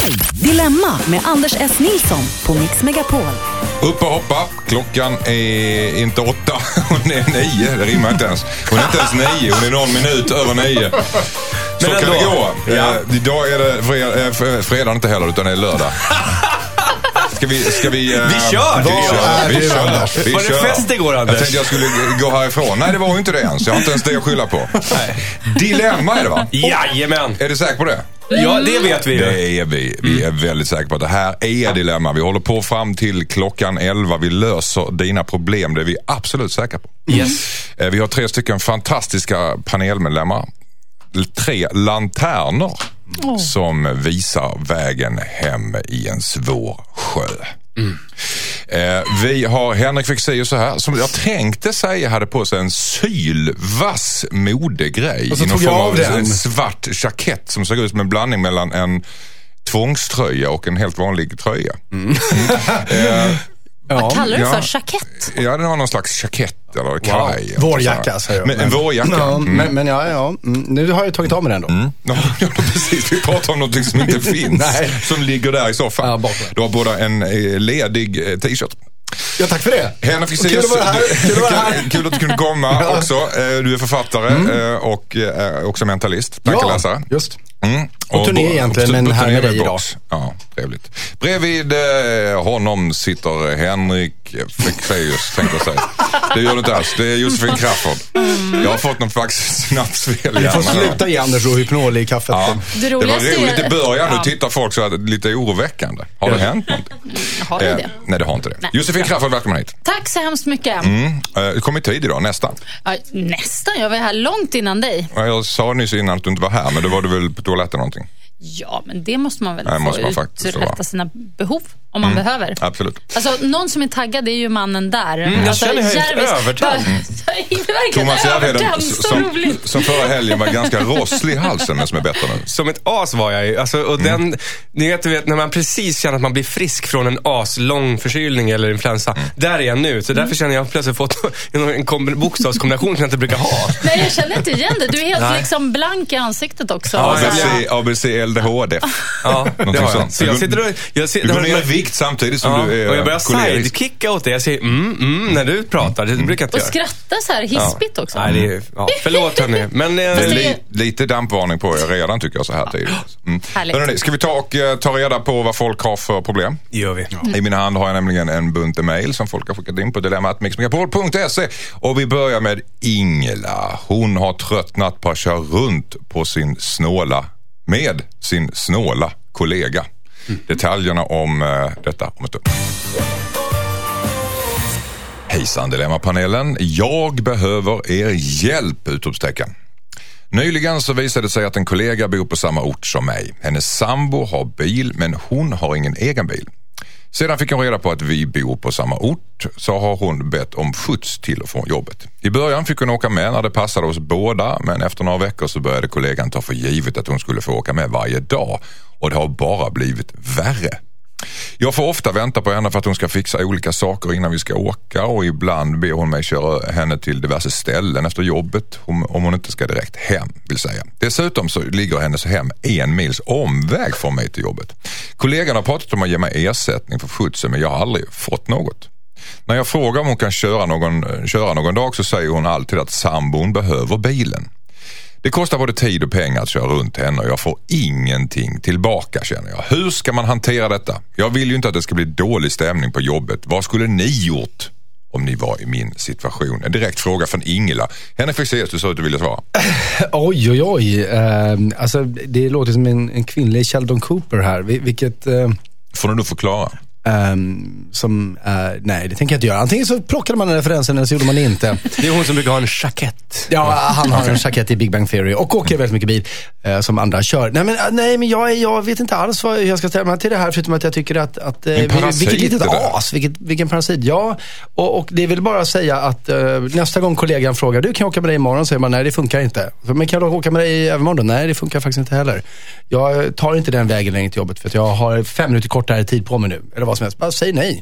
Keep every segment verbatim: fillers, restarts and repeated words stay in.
Dilemma med Anders S. Nilsson på Mix Megapol. Upp och hoppa. Klockan är inte åtta. Hon är nio. Det rimmar inte ens. Hon är inte ens nio. Hon är någon minut över nio. Så kan det gå. Ja. Uh, idag är det fredag, fredag inte heller, utan det är lördag. Ska vi, ska vi, uh, vi kör! Vi kör! Vi kör! Vi var kör. det fest igår, Anders? Jag tänkte jag skulle gå härifrån. Nej, det var ju inte det ens. Jag har inte ens det att skylla på. Nej. Dilemma är det, va? Jajamän! Är du säker på det? Ja, det vet vi. Det är vi. Vi är väldigt säkra på att det här är dilemma. Vi håller på fram till klockan elva. Vi löser dina problem. Det är vi absolut säkra på. Yes. Vi har tre stycken fantastiska panelmedlemmar. Tre lanterner oh. som visar vägen hem i en svår sjö. Mm. Eh, vi har Henrik Fexeus så här, som jag tänkte säga hade på sig en sylvass modegrej. Och så tog jag av den. En svart jackett som såg ut som en blandning mellan en tvångströja och en helt vanlig tröja. Mm. Mm. Eh, Vad ja, kallar du ja. för? Jackett? Ja, det var någon slags jackett eller kaj. Wow. Vårjacka, säger jag. Men, en vårjacka. Ja, mm. men, men ja, ja. Nu har jag tagit av mig den då. Mm. Ja, precis. Vi pratar om något som inte finns. Nej. Som ligger där i soffan. Ja, du har både en eh, ledig eh, t-shirt. Ja, tack för det. Henrik Fexeus, kul att vara här. Kul, att, vara här. kul att du kunde komma ja. också. Du är författare mm. och också mentalist. Tankeläsare. Ja, just. Mm. Och, och turné egentligen, men här med dig idag. Ja, trevligt. Bredvid eh, honom sitter Henrik Fexeus, tänkte jag säga. Det gör det inte alls. Det är Josefin Crafoord. Mm. Jag har fått någon slags snapsvel. Vi får sluta ge Anders och hypnol i kaffet. Ja. Det, det var roligt i början. Ja. Nu tittar folk så här, lite oroväckande. Har det hänt något? Har det eh, det? Nej, det har inte det. Nej. Josefin Crafoord, välkommen hit. Tack så hemskt mycket. Mm. Du kom i tid idag, nästan. Ja, nästan, jag var här långt innan dig. Jag sa nyss innan att du inte var här, men då var du väl på toaletten någonting. Ja, men det måste man väl Nej, få måste man uträtta sina behov om man mm, behöver. Absolut. Alltså, någon som är taggad är ju mannen där. Mm, jag alltså, känner helt övertag. Mm. Thomas Järvheden, som, som förra helgen var ganska rosslig i halsen, men som är bättre nu. Som ett as var jag ju. Alltså, och mm. den, ni vet, du vet, när man precis känner att man blir frisk från en aslång förkylning eller influensa. Mm. Där är jag nu. Så därför känner jag plötsligt fått en kom- bokstavskombination som jag inte brukar ha. Nej, jag känner inte igen det. Du är helt Nej. liksom blank i ansiktet också. A B C, A B C L D H D. Ja, det har jag. Så jag sitter och, jag sitter, du går ner i vikt samtidigt som ja, du är och jag börjar kolerisk. sidekicka åt det. Jag säger mm, mm, när du pratar. Det mm. brukar jag inte och göra. Och skratta så här hispigt ja. också. Nej, det är, ja, förlåt hörni. Men, det är li, lite dampvarning på er redan, tycker jag, så här tidigt. Mm. Hörrni, ska vi ta och uh, ta reda på vad folk har för problem? Gör vi. Mm. I mina hand har jag nämligen en bunt mail som folk har skickat in på dilemma at mix megapol punkt se. Och vi börjar med Ingela. Hon har tröttnat på att köra runt på sin snåla med sin snåla kollega. Mm. Detaljerna om uh, detta om ett stund. Hejsan Dilemma-panelen. Jag behöver er hjälp, utropstecken. Nyligen så visade det sig att en kollega bor på samma ort som mig. Hennes sambo har bil, men hon har ingen egen bil. Sedan fick hon reda på att vi bor på samma ort, så har hon bett om skjuts till och från jobbet. I början fick hon åka med när det passade oss båda, men efter några veckor så började kollegan ta för givet att hon skulle få åka med varje dag. Och det har bara blivit värre. Jag får ofta vänta på henne för att hon ska fixa olika saker innan vi ska åka, och ibland ber hon mig köra henne till diverse ställen efter jobbet om hon inte ska direkt hem, vill säga. Dessutom så ligger hennes hem en mils omväg från mig till jobbet. Kollegan har pratat om att ge mig ersättning för skjutsen, men jag har aldrig fått något. När jag frågar om hon kan köra någon, köra någon dag så säger hon alltid att sambon behöver bilen. Det kostar både tid och pengar att köra runt henne och jag får ingenting tillbaka, känner jag. Hur ska man hantera detta? Jag vill ju inte att det ska bli dålig stämning på jobbet. Vad skulle ni gjort om ni var i min situation? En direkt fråga från Ingela. Henrik Fexeus, du sa att du ville svara. Oj, oj, oj. Uh, alltså, det låter som en, en kvinnlig Sheldon Cooper här. Vil- vilket... Uh... Får du nog förklara. Um, som, uh, nej, det tänker jag inte göra. Antingen så plockade man en referensen eller så gjorde man det inte. Det är hon som brukar ha en jackett. Ja, han har en jackett i Big Bang Theory och åker väldigt mycket bil uh, som andra kör. Nej, men, uh, nej, men jag, jag vet inte alls vad jag ska ställa mig till det här, förutom att jag tycker att, att uh, vilket litet as, vilket, vilken parasit. Ja, och, och det vill bara säga att uh, nästa gång kollegan frågar, du kan jag åka med dig imorgon? Säger man, nej det funkar inte. Men kan jag åka med dig i övermorgon? Nej, det funkar faktiskt inte heller. Jag tar inte den vägen längre till jobbet för att jag har fem minuter kortare tid på mig nu. Eller vad som helst. Bara säg nej.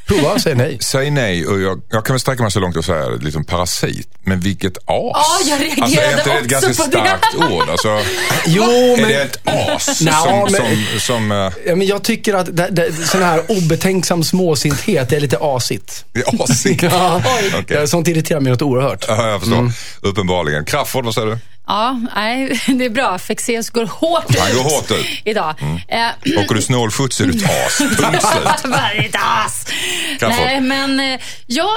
Prova, säg nej. Säg nej, och jag, jag kan väl sträcka mig så långt och säga liksom parasit. Men vilket as? Ja, jag reagerade alltså, är inte det ett också ganska på starkt det. ord? Alltså, Jo, är men... det ett as Nå, som... men- som, som uh, Ja, men jag tycker att det, det, sån här obetänksam småsinthet är lite asigt. det är asigt? Ja, Okej. ja, sånt irriterar mig något oerhört. Ja, jag förstår. Uppenbarligen. Kraftford, vad säger du? Ja, nej, det är bra. Fexeus går hårt ut. Han går hårt ut. Idag. Eh, Åker du snålskjuts så är du ett as. Punkt slut. Varje as. Kraftford. Nej, men eh, jag...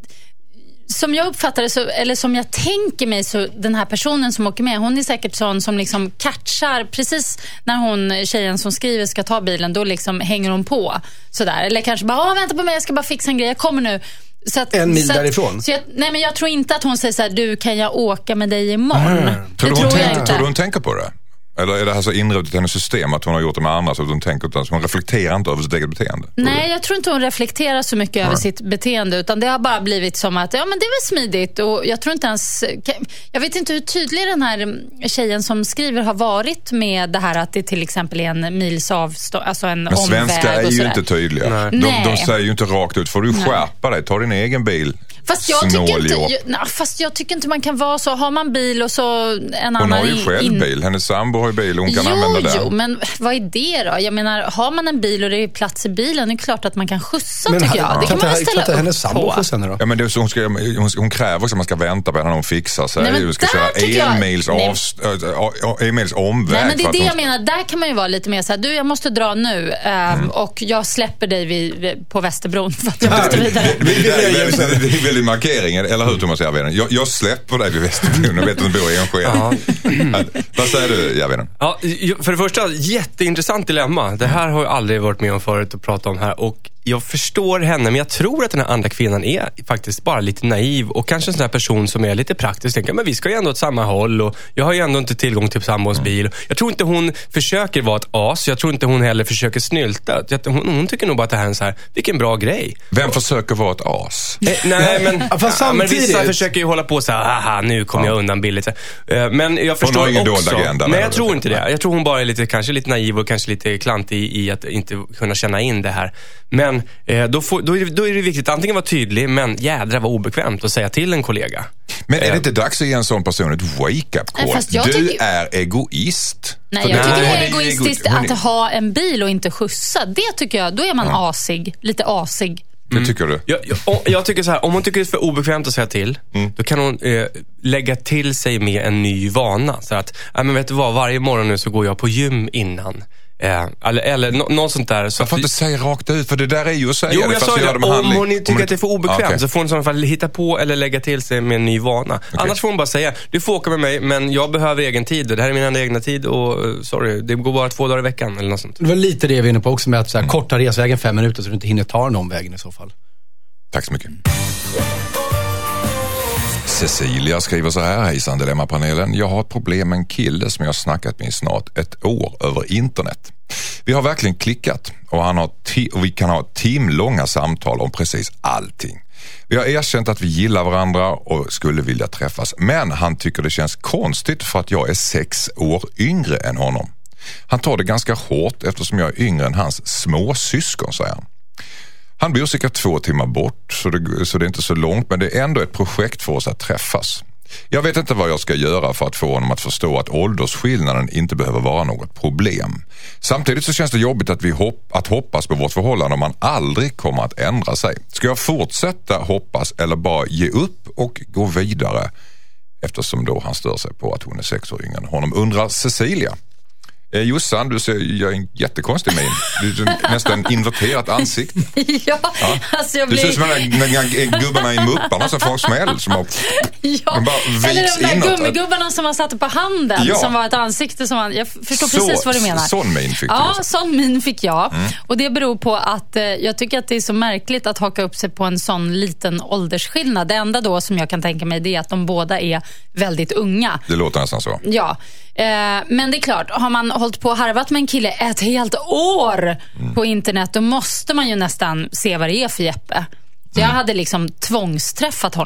Som jag uppfattar det, så, eller som jag tänker mig, så den här personen som åker med, hon är säkert sån som liksom catchar precis när hon, tjejen som skriver, ska ta bilen, då liksom hänger hon på sådär. Eller kanske bara, vänta på mig, jag ska bara fixa en grej, jag kommer nu. Så att, En mil så att, därifrån? Så jag, nej, men jag tror inte att hon säger så här: du, kan jag åka med dig imorgon? Mm. Det Tror du, hon tror jag tänker, inte. tror du hon tänker på det? Eller är det här så inrutet i hennes system att hon har gjort det med andra så att hon tänker inte, hon reflekterar inte över sitt eget beteende? Nej, jag tror inte hon reflekterar så mycket över Nej. sitt beteende, utan det har bara blivit som att, ja men det är väl smidigt, och jag tror inte ens, jag vet inte hur tydlig den här tjejen som skriver har varit med det här att det till exempel är en mils avstånd, alltså en Men omväg svenskar är och ju sådär. inte tydliga. Nej. De, de Nej. säger ju inte rakt ut, får du skärpa dig, ta din egen bil. Fast jag, tycker inte, Snåljåp. jag, nej, fast jag tycker inte man kan vara så. Har man bil och så en Hon annan... har ju själv in- bil, hennes sambo har ju bil, hon kan jo, använda den. Jo, men vad är det då? Jag menar, har man en bil och det är plats i bilen, det är klart att man kan skjussa, Men tycker jag. Det kan man väl ställa upp hennes sambo på. på sen då? Ja, men det är så hon, ska, hon, hon kräver också att man ska vänta på henne när hon fixar sig. Nej, men hon ska där köra tycker jag- en mils, Nej. avst, äh, en mils omväg. Nej, men det för är att det hon... jag menar. Där kan man ju vara lite mer så här: du, jag måste dra nu ähm, Mm. och jag släpper dig vid, vid, på Västerbron för att jag måste vidare. Det, det, det, är väldigt- det är väldigt markeringen, eller hur Thomas Järvheden? Jag, jag släpper dig vid Västerbron, jag vet att du bor i Enskede. Vad säger du, Järvheden? Ja, ju- för det första, jätteintressant dilemma. Det här har jag aldrig varit med om förut att prata om här. Och jag förstår henne, men jag tror att den här andra kvinnan är faktiskt bara lite naiv. Och kanske en sån här person som är lite praktisk. Tänker, men vi ska ju ändå åt samma håll. Och jag har ju ändå inte tillgång till sambons bil. Jag tror inte hon försöker vara ett as. Jag tror inte hon heller försöker snylta. Jag- Hon, hon tycker nog bara att det här är en så här, vilken bra grej. Vem försöker vara ett as? Eh, nej, men, Ja, fast ja, men samtidigt- vissa försöker ju hålla på så här, haha, nu kommer jag undan billigt. Eh, Men jag förstår har ingen dold också. agenda, Nej, men- jag tror inte det. Jag tror hon bara är lite, kanske lite naiv och kanske lite klantig i, i att inte kunna känna in det här. Men eh, då, får, då, är det, då är det viktigt att antingen vara tydlig, men jädra var obekvämt att säga till en kollega. Men är det Eh. inte dags att ge en sån person ett wake-up Nej, call? fast jag Du tycker- är egoist. Nej, För jag det- tycker det hon är ju egoistiskt ego- hon är- att ha en bil och inte skjutsa. Det tycker jag, då är man asig. Lite asig. Det tycker du? Jag, jag, och jag tycker så här, om hon tycker det är för obekvämt att säga till, då kan hon eh, lägga till sig med en ny vana. Så att, äh, men vet du vad, varje morgon nu så går jag på gym innan. Eh, eller eller nå, något sånt där. Så Jag får att- inte säga rakt ut, för det där är ju att säga Jo, det. jag fast sa gör det. med Om handling. hon tycker Om att det är för obekvämt Ah, okej. så får hon i så fall hitta på eller lägga till sig med en ny vana. Annars får hon bara säga, du får åka med mig, men jag behöver egen tid. Det här är min enda egna tid och uh, sorry, det går bara två dagar i veckan eller något sånt. Det var lite det vi var inne på också med att så här, Mm. korta resvägen fem minuter så du inte hinner ta den omvägen i så fall. Tack så mycket. Cecilia skriver så här: hejsan Dilemmapanelen. Jag har ett problem med en kille som jag har snackat med i snart ett år över internet. Vi har verkligen klickat och, han har ti- och vi kan ha timlånga samtal om precis allting. Vi har erkänt att vi gillar varandra och skulle vilja träffas, men han tycker det känns konstigt för att jag är sex år yngre än honom. Han tar det ganska hårt eftersom jag är yngre än hans småsyskon, säger han. Han bor cirka två timmar bort så det, så det är inte så långt, men det är ändå ett projekt för oss att träffas. Jag vet inte vad jag ska göra för att få honom att förstå att åldersskillnaden inte behöver vara något problem. Samtidigt så känns det jobbigt att, vi hopp, att hoppas på vårt förhållande om man aldrig kommer att ändra sig. Ska jag fortsätta hoppas eller bara ge upp och gå vidare? Eftersom då han stör sig på att hon är sex år yngre än honom, undrar Cecilia. Eh, Jossan, du ser, gör en jättekonstig min. Du har nästan inverterat ansikte. Ja, alltså jag Du blir... ser ut som de där gubbarna i Mupparna som får en smäll. Som har, Ja. de bara viks Eller de där inåt. gummigubbarna som man satte på handen, Ja. som var ett ansikte som man... Jag förstår Så- precis vad du menar. sån min fick du Ja, alltså. sån min fick jag. Mm. Och det beror på att eh, jag tycker att det är så märkligt att haka upp sig på en sån liten åldersskillnad. Det enda då som jag kan tänka mig, det är att de båda är väldigt unga. Det låter nästan så. Ja, eh, men det är klart, har man hållit på och harvat med en kille ett helt år Mm. på internet, då måste man ju nästan se vad det är för Jeppe. Så jag hade liksom tvångsträffat honom.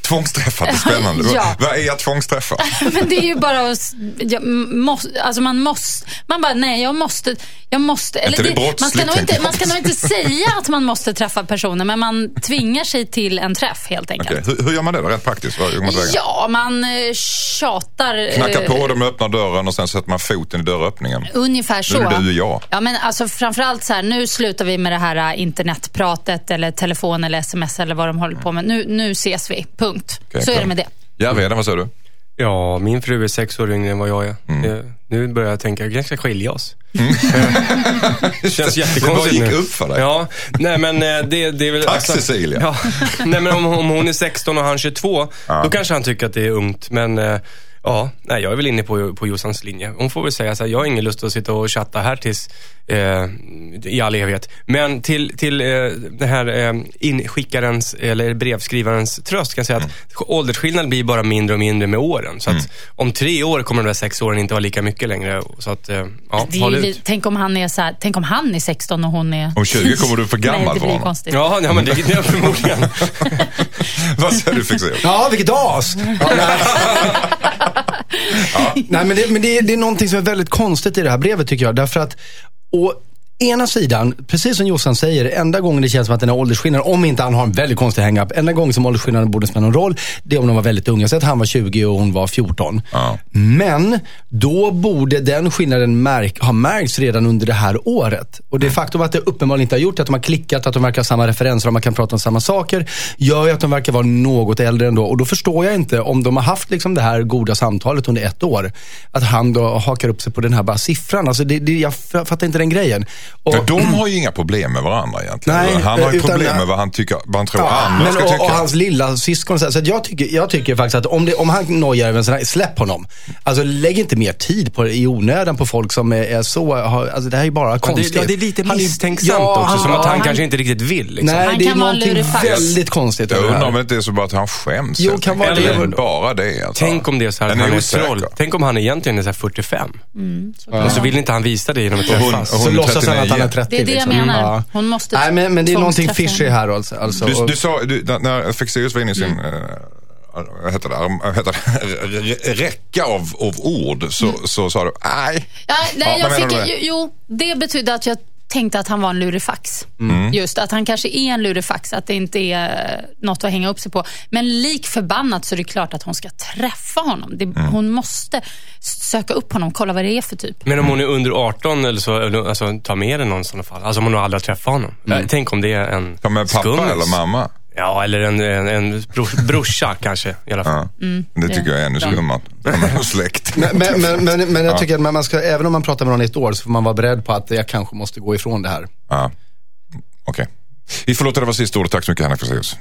tvångsträffat är spännande. Ja. Vad är att tvångsträffa? Men det är ju bara att, jag måste, alltså man måste, man bara nej, jag måste, jag måste. Eller det det, man ska nog inte, man ska nog inte säga att man måste träffa personer, men man tvingar sig till en träff helt enkelt. Okay. Hur, hur gör man det då? Rätt praktiskt? Vad man ja, man eh, tjatar. Knackar på dem, öppnar dörren och sen sätter man foten i dörröppningen. Ungefär så. Nu är det du och jag. Ja, men alltså framförallt så här, nu slutar vi med det här internetpratet eller telefon eller sms eller vad de håller på med. Nu, nu ses vi, punkt. Okay, så klar. är det med det. Ja, redan, vad säger du? Ja, min fru är sex år yngre än vad jag är. Mm. Jag nu börjar jag tänka, jag ska skilja oss. Mm. Det känns jättekonstigt nu. Det gick upp för dig. Ja, nej men det, det är väl... Tack alltså, Cecilia. Ja, nej men om, om hon är sexton och han tjugotvå, ja. Då kanske han tycker att det är ungt. Men ja, nej, jag är väl inne på, på Jossans linje. Hon får väl säga så här, jag har ingen lust att sitta och chatta här tills eh, i all evighet. Men till, till eh, den här eh, inskickarens eller brevskrivarens tröst kan jag säga mm. att åldersskillnaden blir bara mindre och mindre med åren. Så att mm. om tre år kommer de där sex åren inte vara lika mycket längre. Så att, eh, ja, det är ju, tänk om han är så här, tänk om han är sexton och hon är... Om tjugo kommer du för gammal. Nej, det blir för konstigt. Ja, ja, men det är förmodligen. Vad säger du, Fixer? Ja, vilket as! Ja, ja. Nej, men, det, men det, det är någonting som är väldigt konstigt i det här brevet tycker jag. Därför att, och ena sidan, precis som Jossan säger, enda gången det känns som att den här åldersskillnaden, om inte han har en väldigt konstig hang-up, enda gången som åldersskillnaden borde spela någon roll, det är om de var väldigt unga. Så att han var tjugo och hon var fjorton. Ja. Men då borde den skillnaden märk, ha märkts redan under det här året. Och det faktum att det uppenbarligen inte har gjort, att de har klickat, att de verkar ha samma referenser och man kan prata om samma saker, gör ju att de verkar vara något äldre ändå. Och då förstår jag inte, om de har haft liksom det här goda samtalet under ett år, att han då hakar upp sig på den här bara siffran. Alltså det, det, jag fattar inte den grejen. Och, ja, de har ju inga problem med varandra egentligen. Nej, han har ju utan, problem med vad han, tycker, vad han tror ja, andra men ska och, tycka. Och hans lilla syskon. Så att jag tycker, jag tycker faktiskt att om, det, om han nojar över en sån här, släpp honom. Alltså lägg inte mer tid på, i onödan på folk som är, är så, alltså det här är bara ja, konstigt. Det, ja, det är lite misstänksamt ja, också, han, som att han, han kanske inte riktigt vill. Liksom. Nej, han det är kan någonting väldigt konstigt. Jag undrar om det inte är så bara att han skäms. Jo, kan vara Eller det. bara det. Alltså. Tänk om det är så här, han han är är troll. Tänk om han egentligen är så här fyrtiofem. Mm, så och så vill inte han visa det genom att träffas. Och så låtsas han att han är trettio. Det är det jag liksom. menar. Ja. Hon måste Nej, men, men det är någonting fishy här alltså. alltså du, och... du sa, du, när Fexeus var inne i sin mm. äh, vad heter det, vad heter det, räcka av, av ord så, mm. så sa du, nej. Ja, nej ja, jag fick, det? Jo, det betyder att jag tänkte att han var en lurifax. Mm. Just att han kanske är en lurifax, att det inte är något att hänga upp sig på. Men lik förbannat så är det klart att hon ska träffa honom. Det, mm. Hon måste söka upp honom, kolla vad det är för typ. Men om hon är under arton eller så, alltså ta med den någon sån fall. Alltså om hon aldrig träffat honom. Mm. Tänk om det är en ta med pappa skummis. Eller mamma. Ja, eller en, en, en brors, brorsa kanske i alla fall. Ja. Mm. Det tycker jag är ännu skummare. Ja. Släkt. Men, men, men, men, men jag tycker att man ska, även om man pratar med någon i ett år så får man vara beredd på att jag kanske måste gå ifrån det här. Ja, okej. Okay. Vi får låta det vara sista ordet. Tack så mycket, Henrik Fexeus.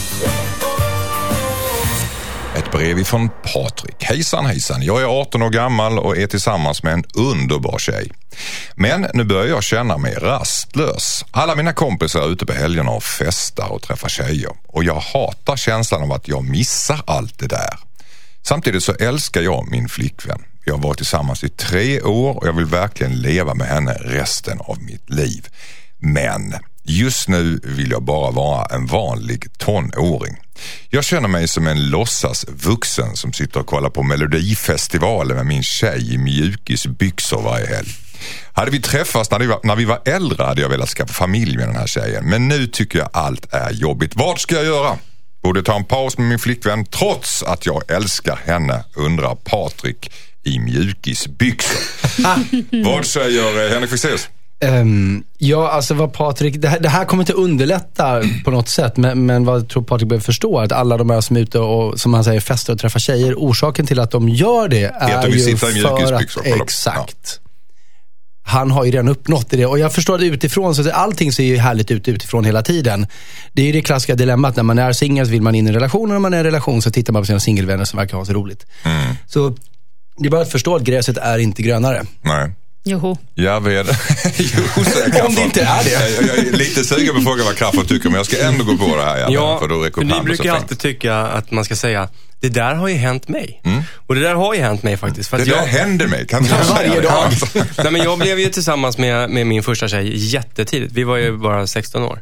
Ett brev ifrån Patrik. Hejsan, hejsan. Jag är arton år gammal och är tillsammans med en underbar tjej. Men nu börjar jag känna mig rastlös. Alla mina kompisar är ute på helgerna och festar och träffar tjejer. Och jag hatar känslan av att jag missar allt det där. Samtidigt så älskar jag min flickvän. Vi har varit tillsammans i tre år och jag vill verkligen leva med henne resten av mitt liv. Men just nu vill jag bara vara en vanlig tonåring. Jag känner mig som en låtsas vuxen som sitter och kollar på Melodifestivalen med min tjej i mjukisbyxor varje helg. Hade vi träffats när vi, var, när vi var äldre hade jag velat skaffa familj med den här tjejen. Men nu tycker jag allt är jobbigt. Vad ska jag göra? Borde ta en paus med min flickvän trots att jag älskar henne, undrar Patrik i mjukisbyxor. Vad säger Henrik Fexeus? Um, ja, alltså vad Patrik, det här, det här kommer inte underlätta på något sätt, men, men vad tror Patrik behöver förstå att alla de här som är ute och som han säger festar och träffar tjejer, orsaken till att de gör det är, är ju för att, exakt. Ja. Han har ju redan uppnått det och jag förstår det utifrån så att allting ser ju härligt ut utifrån hela tiden. Det är ju det klassiska dilemmat, när man är singel så vill man in i en relation och när man är i en relation så tittar man på sina singelvänner som verkar ha så roligt. Mm. Så det är bara att förstå att gräset är inte grönare. Nej. Joho. Jag vet. Jo, om det inte är det. Jag, jag är lite sugen på att fråga vad Kraftwerk tycker, men jag ska ändå gå på det här. Ja, för då för ni brukar alltid tycka att man ska säga det där har ju hänt mig. Mm. Och det där har ju hänt mig faktiskt. För att det jag... där händer mig. Kan du varje dag. Nej, men jag blev ju tillsammans med, med min första tjej jättetidigt. Vi var ju bara sexton år. Mm.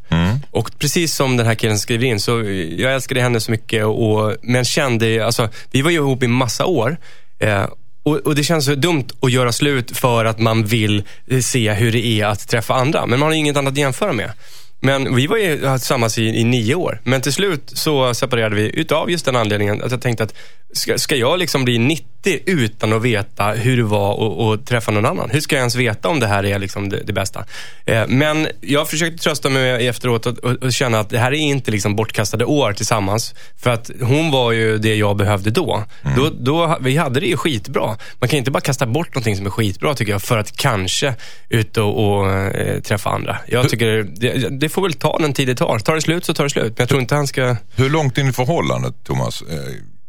Och precis som den här killen skriver in, så jag älskade henne så mycket. Och, men kände, alltså, vi var ju ihop i massa år. Eh, och, och det känns så dumt att göra slut för att man vill se hur det är att träffa andra. Men man har inget annat att jämföra med. Men vi var ju tillsammans i, i nio år. Men till slut så separerade vi utav just den anledningen att jag tänkte att ska, ska jag liksom bli nittio utan att veta hur det var att träffa någon annan? Hur ska jag ens veta om det här är liksom det, det bästa? Eh, men jag försökte trösta mig efteråt och, och, och känna att det här är inte liksom bortkastade år tillsammans. För att hon var ju det jag behövde då. Mm. då, då vi hade det ju skitbra. Man kan inte bara kasta bort någonting som är skitbra tycker jag för att kanske ut och, och äh, träffa andra. Jag tycker det, det får väl ta den tid det tar. Tar det slut så tar det slut. Men jag tror inte han ska... Hur långt in i förhållandet, Thomas, eh,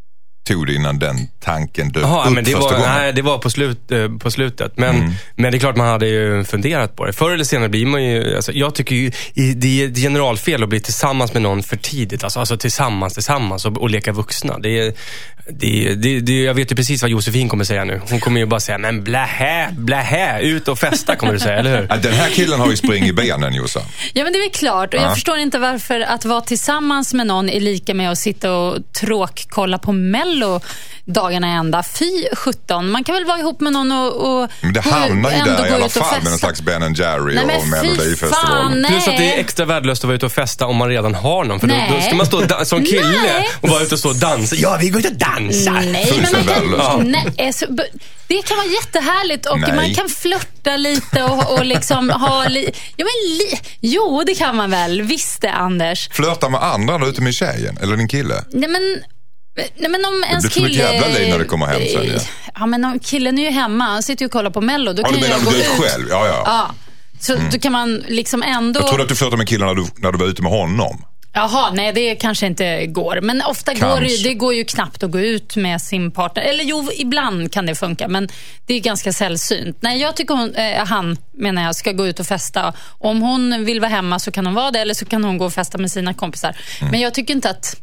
tog det innan den tanken dök Aha, upp men det första var, gången? Nej, det var på, slut, eh, på slutet. Men, mm. men det är klart man hade ju funderat på det. Förr eller senare blir man ju... Alltså, jag tycker ju det är ett generalfel att bli tillsammans med någon för tidigt. Alltså, alltså tillsammans, tillsammans och, och leka vuxna. Det är... Det, det, det, jag vet ju precis vad Josefin kommer säga nu. Hon kommer ju bara säga, men blähä, blähä, ut och festa kommer du säga, eller hur? Den här killen har ju spring i benen, Jossan. Ja, men det är väl klart. Och ja. jag förstår inte varför att vara tillsammans med någon är lika med att sitta och tråkkolla på Mello dagarna ända. Fy sjutton. Man kan väl vara ihop med någon och, och men det hamnar ju där i alla fall med en slags Ben and Jerry nej, och Melodifestival. Plus att det är extra värdelöst att vara ute och festa om man redan har någon. För då, då ska man stå da- som kille nej. och vara ute och stå och dansa. Ja, vi går ut och dansar. Nej, men man kan, ja. nej, så, det kan vara jättehärligt och nej. man kan flirta lite och, och liksom ha li, ja, men li, jo, det kan man väl. Visst det, Anders. Flirta med andra då ute med tjejen eller din kille? Nej, men Nej, men om ens det blir kille... jävla liv när det kommer hem sen, ja. Ja, men om killen är ju hemma. Han sitter ju och kollar på Mello. Då ja, kan du menar jag gå du ut. själv? Ja, ja. ja. Så mm. då kan man liksom ändå... Jag trodde att du flörtade med killen när du, när du var ute med honom. Jaha, nej det kanske inte går. Men ofta kanske. går det, det går ju knappt att gå ut med sin partner. Eller jo, ibland kan det funka. Men det är ganska sällsynt. Nej, jag tycker hon, eh, han, menar jag, ska gå ut och festa. Om hon vill vara hemma så kan hon vara det. Eller så kan hon gå och festa med sina kompisar. Mm. Men jag tycker inte att...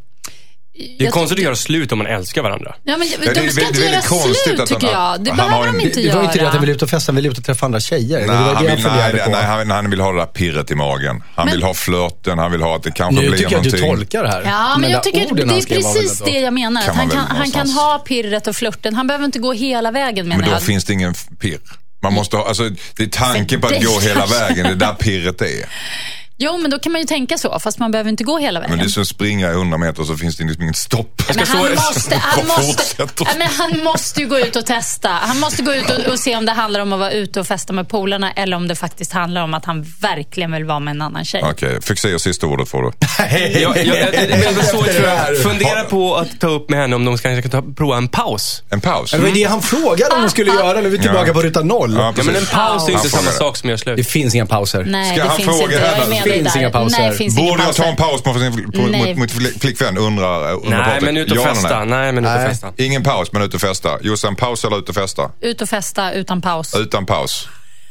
Det är konstigt att göra slut om man älskar varandra. Ja, men ja, de ska inte göra slut, tycker jag. Det behöver de inte det, göra. Det var inte det att han vill ut och festa, han vill ut och träffa andra tjejer. Nej, det var han, det vill, han, nej, på. nej han, han vill ha det där pirret i magen. Han men, vill ha flörten, han vill ha att det kanske blir någonting. Nu tycker jag att du tolkar det här. Ja, men, men jag tycker det är precis det jag menar. Kan han, kan, han kan ha pirret och flörten. Han behöver inte gå hela vägen, menar jag. Men då jag. finns det ingen pirr. Man måste ha, alltså, det är tanken på att gå hela vägen, det där pirret är. Jo, men då kan man ju tänka så, fast man behöver inte gå hela vägen. Men det är som springa i hundra meter så finns det liksom ingen stopp. Men han, måste, han, måste, ja, men han måste ju gå ut och testa. Han måste gå ut och, och se om det handlar om att vara ute och festa med polarna eller om det faktiskt handlar om att han verkligen vill vara med en annan tjej. Okej, okay. Fick se sista ordet får du. jag, jag, jag, jag, så, tror jag, fundera på att ta upp med henne om de kanske kan ta, prova en paus. En paus? Mm. Det var det han frågade om de skulle göra. Nu är vi tillbaka ja. på ruta noll. Ja, ja, men en paus är inte samma sak som gör slut. Det finns inga pauser. Nej, Ska det han finns fråga inte. henne? Det finns inga pauser. Nej, finns borde jag ta en pauser. paus på, på, mot, mot flickvän? Undrar, undrar nej, men ut och ja, festa. Nej, men ut och festa. Ingen paus, men ut och festa. Jossan, paus eller ut och festa? Ut och festa utan paus. Utan paus.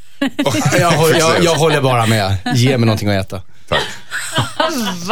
jag, håller, jag, jag håller bara med. Ge mig någonting att äta. Tack. Va?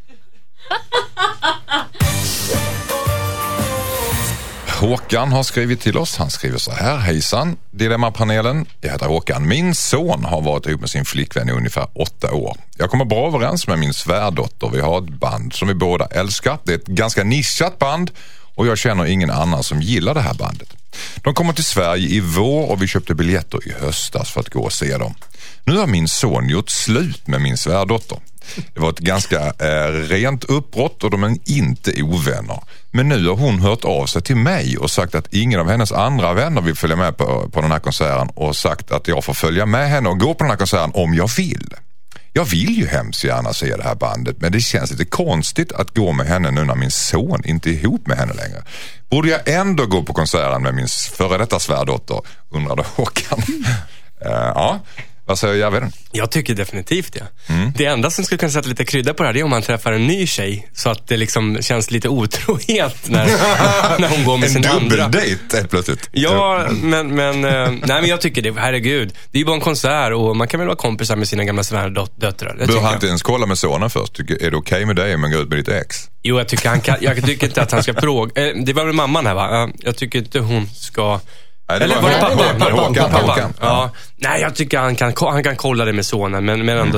Håkan har skrivit till oss. Han skriver så här: hejsan, Dilemma-panelen. Jag heter Håkan. Min son har varit ihop med sin flickvän i ungefär åtta år. Jag kommer bra överens med min svärdotter. Vi har ett band som vi båda älskar. Det är ett ganska nischat band och jag känner ingen annan som gillar det här bandet. De kommer till Sverige i vår och vi köpte biljetter i höstas för att gå och se dem. Nu har min son gjort slut med min svärdotter. Det var ett ganska eh, rent uppbrott och de är inte ovänner. Men nu har hon hört av sig till mig och sagt att ingen av hennes andra vänner vill följa med på, på den här konserten och sagt att jag får följa med henne och gå på den här konserten om jag vill. Jag vill ju hemskt gärna se det här bandet, men det känns lite konstigt att gå med henne nu när min son inte är ihop med henne längre. Borde jag ändå gå på konserten med min före detta svärdotter, undrade Håkan. uh, ja, vad säger Järvheden? Jag tycker definitivt det. Ja. Mm. Det enda som skulle kunna sätta lite krydda på det här är om man träffar en ny tjej så att det liksom känns lite otrohet när, när hon går med sin andra. En dubbeldejt helt plötsligt. Ja, men, men, nej, men jag tycker det, herregud. Det är ju bara en konsert och man kan väl vara kompisar med sina gamla svärdöttrar. Bör han inte ens kolla med sonen först? Tycker, är det okej okay med dig om man går ut med ditt ex? Jo, jag tycker, han kan, jag tycker inte att han ska fråga. Det var väl mamman här, va? Jag tycker inte hon ska... Nej, det Eller var, var det pappan? pappan, Pappan, Håkan, pappan. Håkan. Ja. Nej, jag tycker han kan, han kan kolla det med sonen, men, men ändå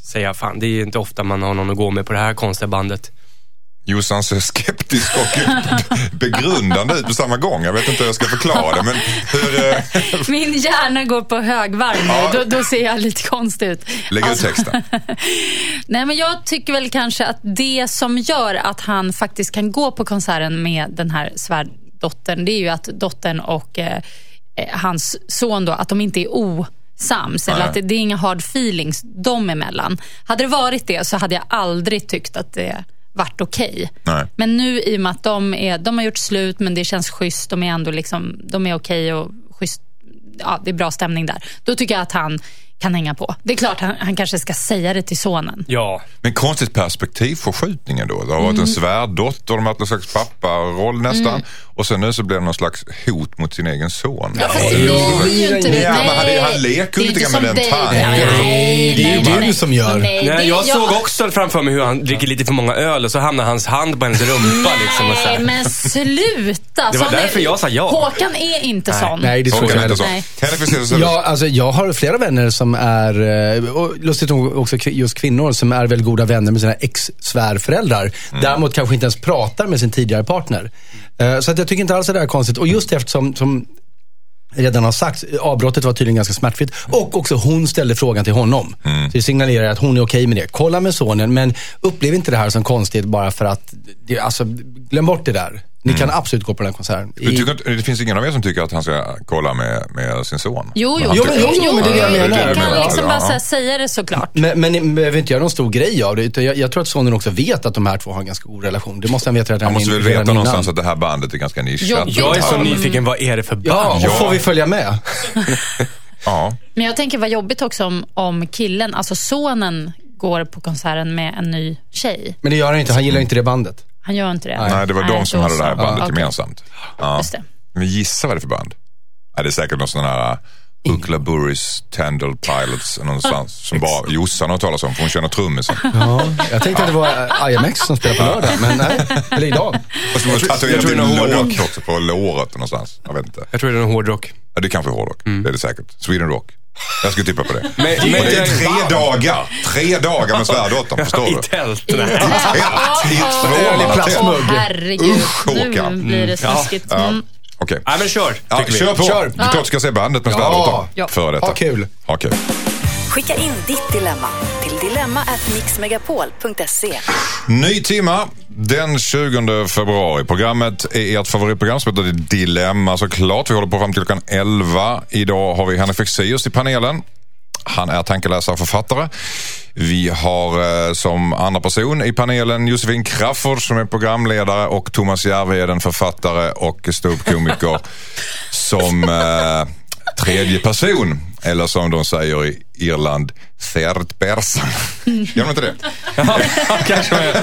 säga, fan, det är inte ofta man har någon att gå med på det här konstiga bandet. Jossan ser skeptisk och begrundande ut på samma gång. Jag vet inte hur jag ska förklara det, men hur... Min hjärna går på högvarv nu. Ja. Då, då ser jag lite konstigt ut. Lägg ut texten. Nej, men jag tycker väl kanske att det som gör att han faktiskt kan gå på konserten med den här svärdottern, det är ju att dottern och eh, hans son då, att de inte är osams. Eller att det, det är inga hard feelings dem emellan. Hade det varit det så hade jag aldrig tyckt att det varit okej. Okay. Men nu i och med att de, är, de har gjort slut, men det känns schysst, de är ändå liksom, de är okej okay och schysst, ja, det är bra stämning där. Då tycker jag att han kan hänga på. Det är klart, han, han kanske ska säga det till sonen. Ja. Men konstigt perspektiv för skjutningen då. Det har varit mm. en svärdotter, de har haft en slags papparoll nästan. Mm. Och sen nu så blir det någon slags hot mot sin egen son. Ja, fast det är ju inte det. Ja, men han, han leker ju lite grann med den tanken. Nej, det är ju du som gör. Nej, nej, jag såg också framför mig hur han dricker lite för många öl och så hamnar hans hand på hennes rumpa. Liksom, och så nej, men sluta. Det var därför jag sa ja. Håkan är inte nej. sån. Nej, det tror jag inte. Så. Ja, alltså, jag har flera vänner som är, och lustigt nog också just kvinnor, som är väldigt goda vänner med sina ex-svärföräldrar. Mm. Däremot kanske inte ens pratar med sin tidigare partner. Så att jag tycker inte alls det är konstigt. Och just eftersom som redan har sagt, avbrottet var tydligen ganska smärtfritt. Och också hon ställde frågan till honom. Mm. Så det signalerar att hon är okej med det. Kolla med sonen, men upplev inte det här som konstigt bara för att, det, alltså, glöm bort det där. Ni kan mm. absolut gå på den här konserten. Du tycker att, det finns ingen av er som tycker att han ska kolla med, med sin son? Jo, jo. Jo, men, jo, jo, men det är det jag menar. Jag kan liksom ja, bara ja. säga det såklart. Men, men ni behöver inte göra någon stor grej av det. Utan jag, jag tror att sonen också vet att de här två har en ganska god relation. Det måste han veta. Att han han måste väl veta någonstans innan. Att det här bandet är ganska nischat. Jo, jag är så nyfiken, vad är det för band? Ja, och ja. får vi följa med? Ja. Men jag tänker vad jobbigt också om, om killen, alltså sonen, går på konserten med en ny tjej. Men det gör han inte, han gillar inte det bandet. Han gör inte det. Nej, Nej det var Nej, de som hade det här bandet ja, gemensamt. Ja. Just det. Men gissa vad det är för band? Ja, det är säkert någon sån här Ukla Burris, Tandle Pilots någonstans som bara Jossan har talat om, för hon känner trummisen. Ja, jag tänkte att det var I M X som spelar på lördag, men nej, eller idag. Och så måste jag tror det är en hårdrock också på låret någonstans. Jag vet inte. Jag tror det är en hårdrock. Ja, det kanske är hårdrock. Mm. Det är det säkert. Sweden Rock. Jag skulle tippa på det. Men, men det är tre dagar. Tre dagar med svärdottern, förstår du? I tält. I tält. I ett Åh, herregud. Usch, nu blir det snuskigt. Ja. Mm. Okej. Ja, men kör. Ja, kör på. Kör. Du klart ska se bandet med ja. svärdottern. Ja. För detta. Ha kul. Ha kul. Skicka in ditt dilemma till dilemma at mixmegapol punkt se. Ny timma den tjugonde februari. Programmet är ert favoritprogram som heter Dilemma, såklart. Vi håller på fram till klockan elva. Idag har vi Henrik Fexeus i panelen. Han är tankeläsare och författare. Vi har eh, som andra person i panelen Josefin Crafoord som är programledare och Thomas Järvheden, författare och ståuppkomiker som eh, tredje person. Eller som de säger i Irland, third person. Gör de inte det? Ja, kanske med.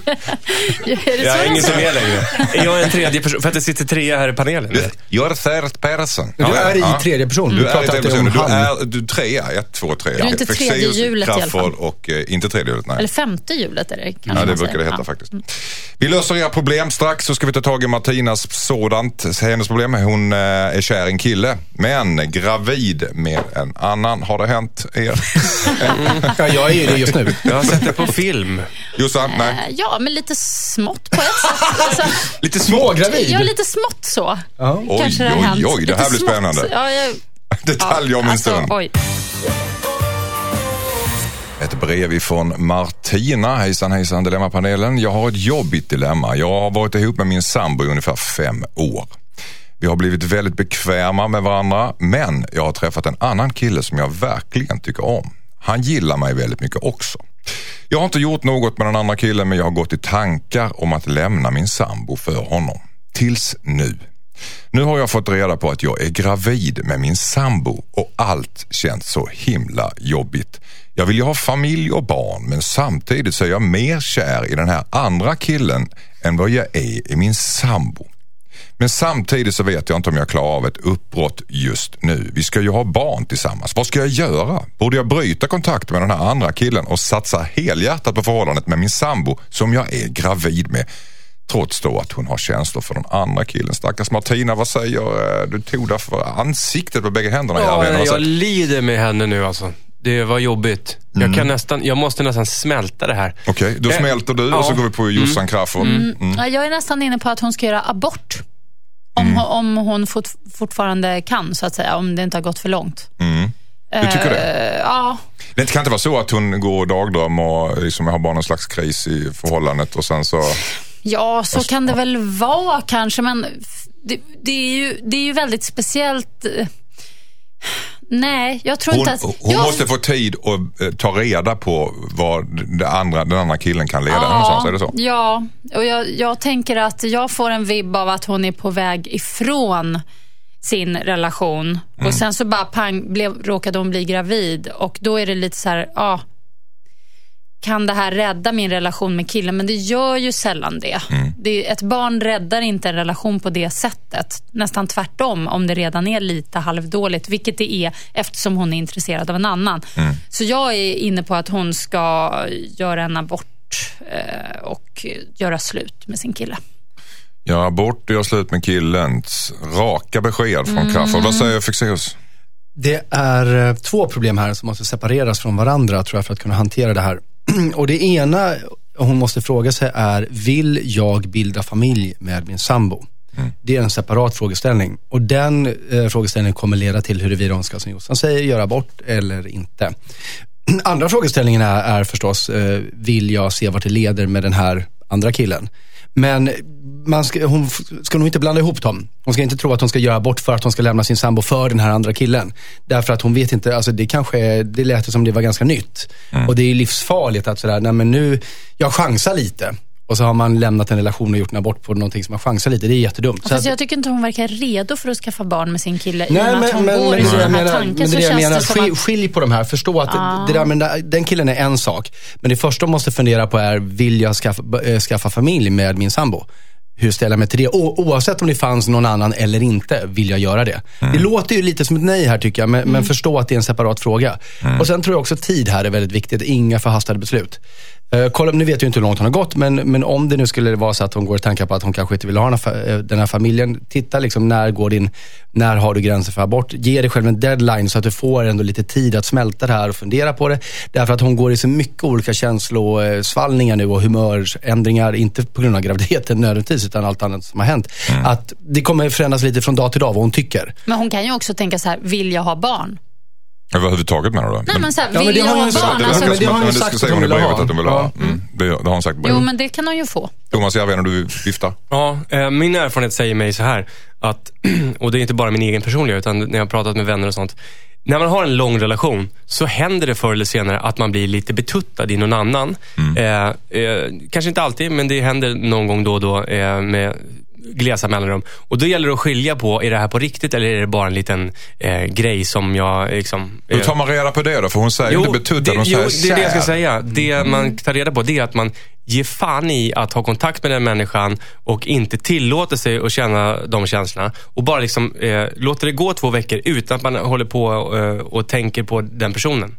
Jag är ingen som är längre. Jag är en tredje person, för att det sitter tre här i panelen. Jag är third person. Du är i ja. tredje person. Du, du är i tredje person. Du är du trea, ett, två, tre. Du är inte tredje hjulet i alla fall. Och eh, inte tredje hjulet, nej. Eller femte hjulet är det kanske. Ja, det brukar det heta ja. faktiskt. Vi löser era problem strax, så ska vi ta tag i Martinas sådant, hennes problem. Hon eh, är kär i en kille, men gravid med en annan. Har det hänt er? Ja, jag är ju det just nu. Jag har sett det på film. Jossan, nej. Uh, ja, men lite smått på ett sätt. Alltså, lite smågravid? Ja, lite smått så. Ja. Oj, kanske det oj, har hänt. oj, det här lite blir smått. spännande. Ja, jag... Detalj om en alltså, stund. Oj. Ett brev ifrån Martina. Hejsan, hejsan, Dilemmapanelen. Jag har ett jobbigt dilemma. Jag har varit ihop med min sambo i ungefär fem år. Vi har blivit väldigt bekväma med varandra, men jag har träffat en annan kille som jag verkligen tycker om. Han gillar mig väldigt mycket också. Jag har inte gjort något med den andra killen, men jag har gått i tankar om att lämna min sambo för honom. Tills nu. Nu har jag fått reda på att jag är gravid med min sambo och allt känns så himla jobbigt. Jag vill ju ha familj och barn, men samtidigt så är jag mer kär i den här andra killen än vad jag är i min sambo. Men samtidigt så vet jag inte om jag klarar av ett uppbrott just nu. Vi ska ju ha barn tillsammans. Vad ska jag göra? Borde jag bryta kontakt med den här andra killen och satsa helhjärtat på förhållandet med min sambo som jag är gravid med? Trots då att hon har känslor för den andra killen. Stackars Martina, vad säger du? Tog där för ansiktet på bägge händerna. Ja, jag, jag lider med henne nu alltså. det var jobbigt. Mm. Jag, kan nästan, jag måste nästan smälta det här. Okej, okay, då smälter du och så går vi på Jossan mm. Crafoord. Mm. Mm. Jag är nästan inne på att hon ska göra abort. Om, mm. om hon fort, fortfarande kan, så att säga. Om det inte har gått för långt. Mm. Du tycker uh, det? Ja. Det kan inte vara så att hon går och dagdröm och liksom har bara någon slags kris i förhållandet och sen så... Ja, så kan det väl vara kanske, men det, det, är, ju, det är ju väldigt speciellt... Nej, jag tror hon, inte att... Hon jag... måste få tid att eh, ta reda på vad det andra, den andra killen kan leda. Ja, någonstans, är det så? Ja, och jag, jag tänker att jag får en vibb av att hon är på väg ifrån sin relation. Mm. Och sen så bara pang, blev, råkade hon bli gravid. Och då är det lite så här, ja... Kan det här rädda min relation med killen? Men det gör ju sällan det. Mm. det är, ett barn räddar inte en relation på det sättet. Nästan tvärtom om det redan är lite halvdåligt. Vilket det är eftersom hon är intresserad av en annan. Mm. Så jag är inne på att hon ska göra en abort eh, och göra slut med sin kille. Ja, abort och göra slut med killens raka besked från mm. Crafoord. Vad säger Fexeus? Det är två problem här som måste separeras från varandra, tror jag, för att kunna hantera det här. Och det ena hon måste fråga sig är: vill jag bilda familj med min sambo? Mm. Det är en separat frågeställning. Och den eh, frågeställningen kommer leda till huruvida hon ska, som Jossan säger, göra abort eller inte. Andra frågeställningen är, är förstås, eh, vill jag se vart det leder med den här andra killen? Men man ska, hon ska nog inte blanda ihop dem. Hon ska inte tro att hon ska göra abort för att hon ska lämna sin sambo för den här andra killen. Därför att hon vet inte, alltså det kanske, det lät som det var ganska nytt. Mm. Och det är livsfarligt att sådär, nej men nu, jag chansar lite. Och så har man lämnat en relation och gjort en abort på någonting som man chansar lite. Det är jättedumt. Fast jag tycker inte hon verkar redo för att skaffa barn med sin kille. Nej, men, att hon men, går men, i men, den här menar, tanken, men så det jag känns menar, det som skilj, att... skilj på de här. Förstå att ah. det där, men den killen är en sak. Men det första de måste fundera på är: vill jag skaffa, äh, skaffa familj med min sambo? Hur ställer jag mig till det? O- oavsett om det fanns någon annan eller inte, vill jag göra det. Mm. Det låter ju lite som ett nej här, tycker jag. Men, mm. men förstå att det är en separat fråga. Mm. Och sen tror jag också tid här är väldigt viktigt. Inga förhastade beslut. Uh, kolla, nu vet jag inte hur långt hon har gått, men, men om det nu skulle vara så att hon går och tänker på att hon kanske inte vill ha den här, den här familjen, titta liksom, när går din, när har du gränser för abort? Ge dig själv en deadline så att du får ändå lite tid att smälta det här och fundera på det. Därför att hon går i så mycket olika känslosvallningar nu och humörändringar, inte på grund av graviditeten nödvändigtvis, utan allt annat som har hänt. Mm. Att det kommer förändras lite från dag till dag vad hon tycker. Men hon kan ju också tänka så här: vill jag ha barn? Överhuvudtaget menar du då? Nej, men så här, ja, vill jag ha barn? Det, det, alltså, det, det har hon ju sagt att hon vill ha. Att hon vill ha. Mm. Mm. Det, det har hon sagt. Jo, men det kan hon ju få. Thomas, jag vet när du viftar. Ja, eh, min erfarenhet säger mig så här att, och det är inte bara min egen personlighet, utan när jag har pratat med vänner och sånt. När man har en lång relation så händer det förr eller senare att man blir lite betuttad i någon annan. Mm. Eh, eh, kanske inte alltid, men det händer någon gång då och då eh, med glesa mellanrum. Och då gäller det att skilja på, är det här på riktigt eller är det bara en liten eh, grej som jag liksom... Eh... Hur tar man reda på det då? För hon säger jo, inte betuttad, hon jo, säger det är det jag ska säga. Det mm. man tar reda på, det är att man ger fan i att ha kontakt med den människan och inte tillåter sig att känna de känslorna. Och bara liksom eh, låter det gå två veckor utan att man håller på eh, och tänker på den personen.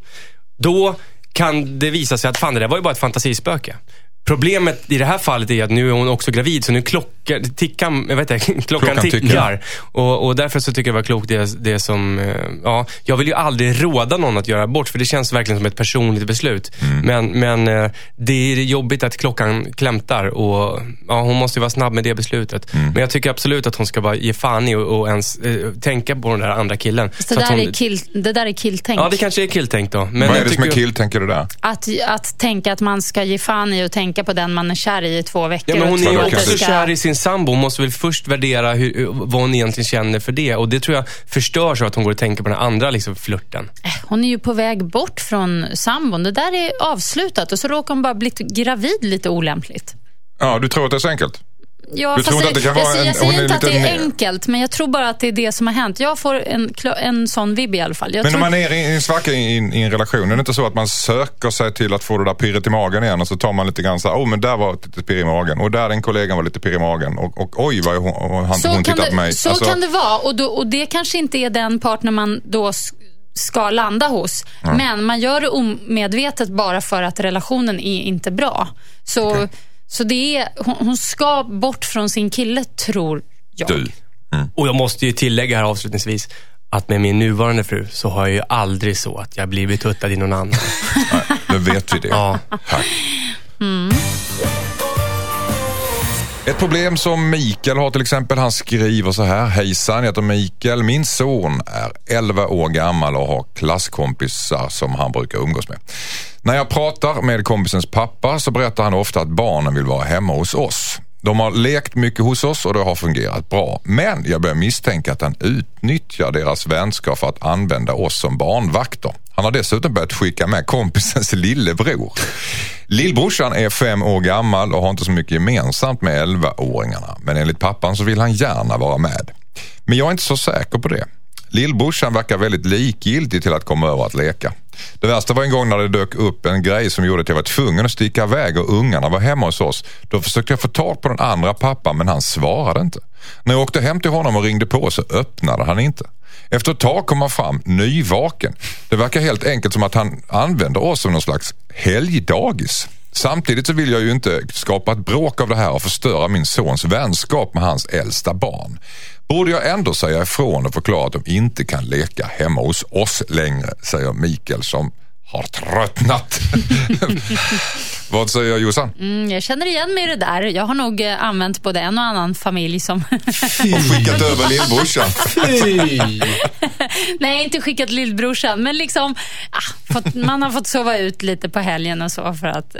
Då kan det visa sig att fan, det där var ju bara ett fantasispöke. Problemet i det här fallet är att nu är hon också gravid, så nu klockar, tickar, jag vet inte, klockan, klockan tickar. tickar. Och, och därför så tycker jag det var klokt det, det som, ja, jag vill ju aldrig råda någon att göra abort, för det känns verkligen som ett personligt beslut. Mm. Men, men det är jobbigt att klockan klämtar och ja, hon måste ju vara snabb med det beslutet. Mm. Men jag tycker absolut att hon ska bara ge fan i och, och ens äh, tänka på den där andra killen. Så, så där hon, är kill, det där är killtänk. Ja, det kanske är killtänk då. Men vad är det som är killtänk i det där? Att, att tänka att man ska ge fan i och tänka på den man är kär i i två veckor. Ja, men hon är ju också ska... kär i sin sambo. Hon måste väl först värdera hur, vad hon egentligen känner för det. Och det tror jag förstörs av att hon går och tänker på den andra liksom, flirten. Hon är ju på väg bort från sambon. Det där är avslutat och så råkar hon bara bli gravid lite olämpligt. Ja, du tror att det är så enkelt? Ja, du tror jag, att det kan jag, vara en, jag säger inte att det är en... enkelt, men jag tror bara att det är det som har hänt. Jag får en, en sån vibb i alla fall. Jag men tror... när man är i en svacka i, i en relation, är det inte så att man söker sig till att få det där pirret i magen igen och så tar man lite grann så här, åh, oh, men där var lite pirr i magen och där den kollegan var lite pirr i magen och, och oj vad hon, han, så hon tittat det, på mig. Så alltså... kan det vara och, då, och det kanske inte är den partner man då ska landa hos. Mm. Men man gör det omedvetet bara för att relationen är inte bra. Så... Okay. Så det är, hon, hon ska bort från sin kille, tror jag. Du. Mm. Och jag måste ju tillägga här avslutningsvis att med min nuvarande fru så har jag ju aldrig så att jag blir betuttad i någon annan. Nej, nu vet vi det. Ja. Mm. Ett problem som Mikael har till exempel, han skriver så här: hejsan, jag heter Mikael, min son är elva år gammal och har klasskompisar som han brukar umgås med. När jag pratar med kompisens pappa så berättar han ofta att barnen vill vara hemma hos oss. De har lekt mycket hos oss och det har fungerat bra. Men jag börjar misstänka att han utnyttjar deras vänskap för att använda oss som barnvakter. Han har dessutom börjat skicka med kompisens lillebror. Lillbrorsan är fem år gammal och har inte så mycket gemensamt med elvaåringarna. Men enligt pappan så vill han gärna vara med. Men jag är inte så säker på det. Lillbrorsan verkar väldigt likgiltig till att komma över att leka. Det värsta var en gång när det dök upp en grej som gjorde att jag var tvungen att sticka iväg och ungarna var hemma hos oss. Då försökte jag få tag på den andra pappan, men han svarade inte. När jag åkte hem till honom och ringde på så öppnade han inte. Efter ett tag kom han fram nyvaken. Det verkar helt enkelt som att han använder oss som någon slags helgdagis. Samtidigt så vill jag ju inte skapa ett bråk av det här och förstöra min sons vänskap med hans äldsta barn. Borde jag ändå säga ifrån och förklara att de inte kan leka hemma hos oss längre, säger Mikael som har tröttnat. Vad säger Jossan? Mm, jag känner igen mig i det där. Jag har nog eh, använt både en och annan familj som... och skickat över lillbrorsan. Nej, inte skickat lillbrorsan. Men liksom, ah, fått, man har fått sova ut lite på helgen och så för att,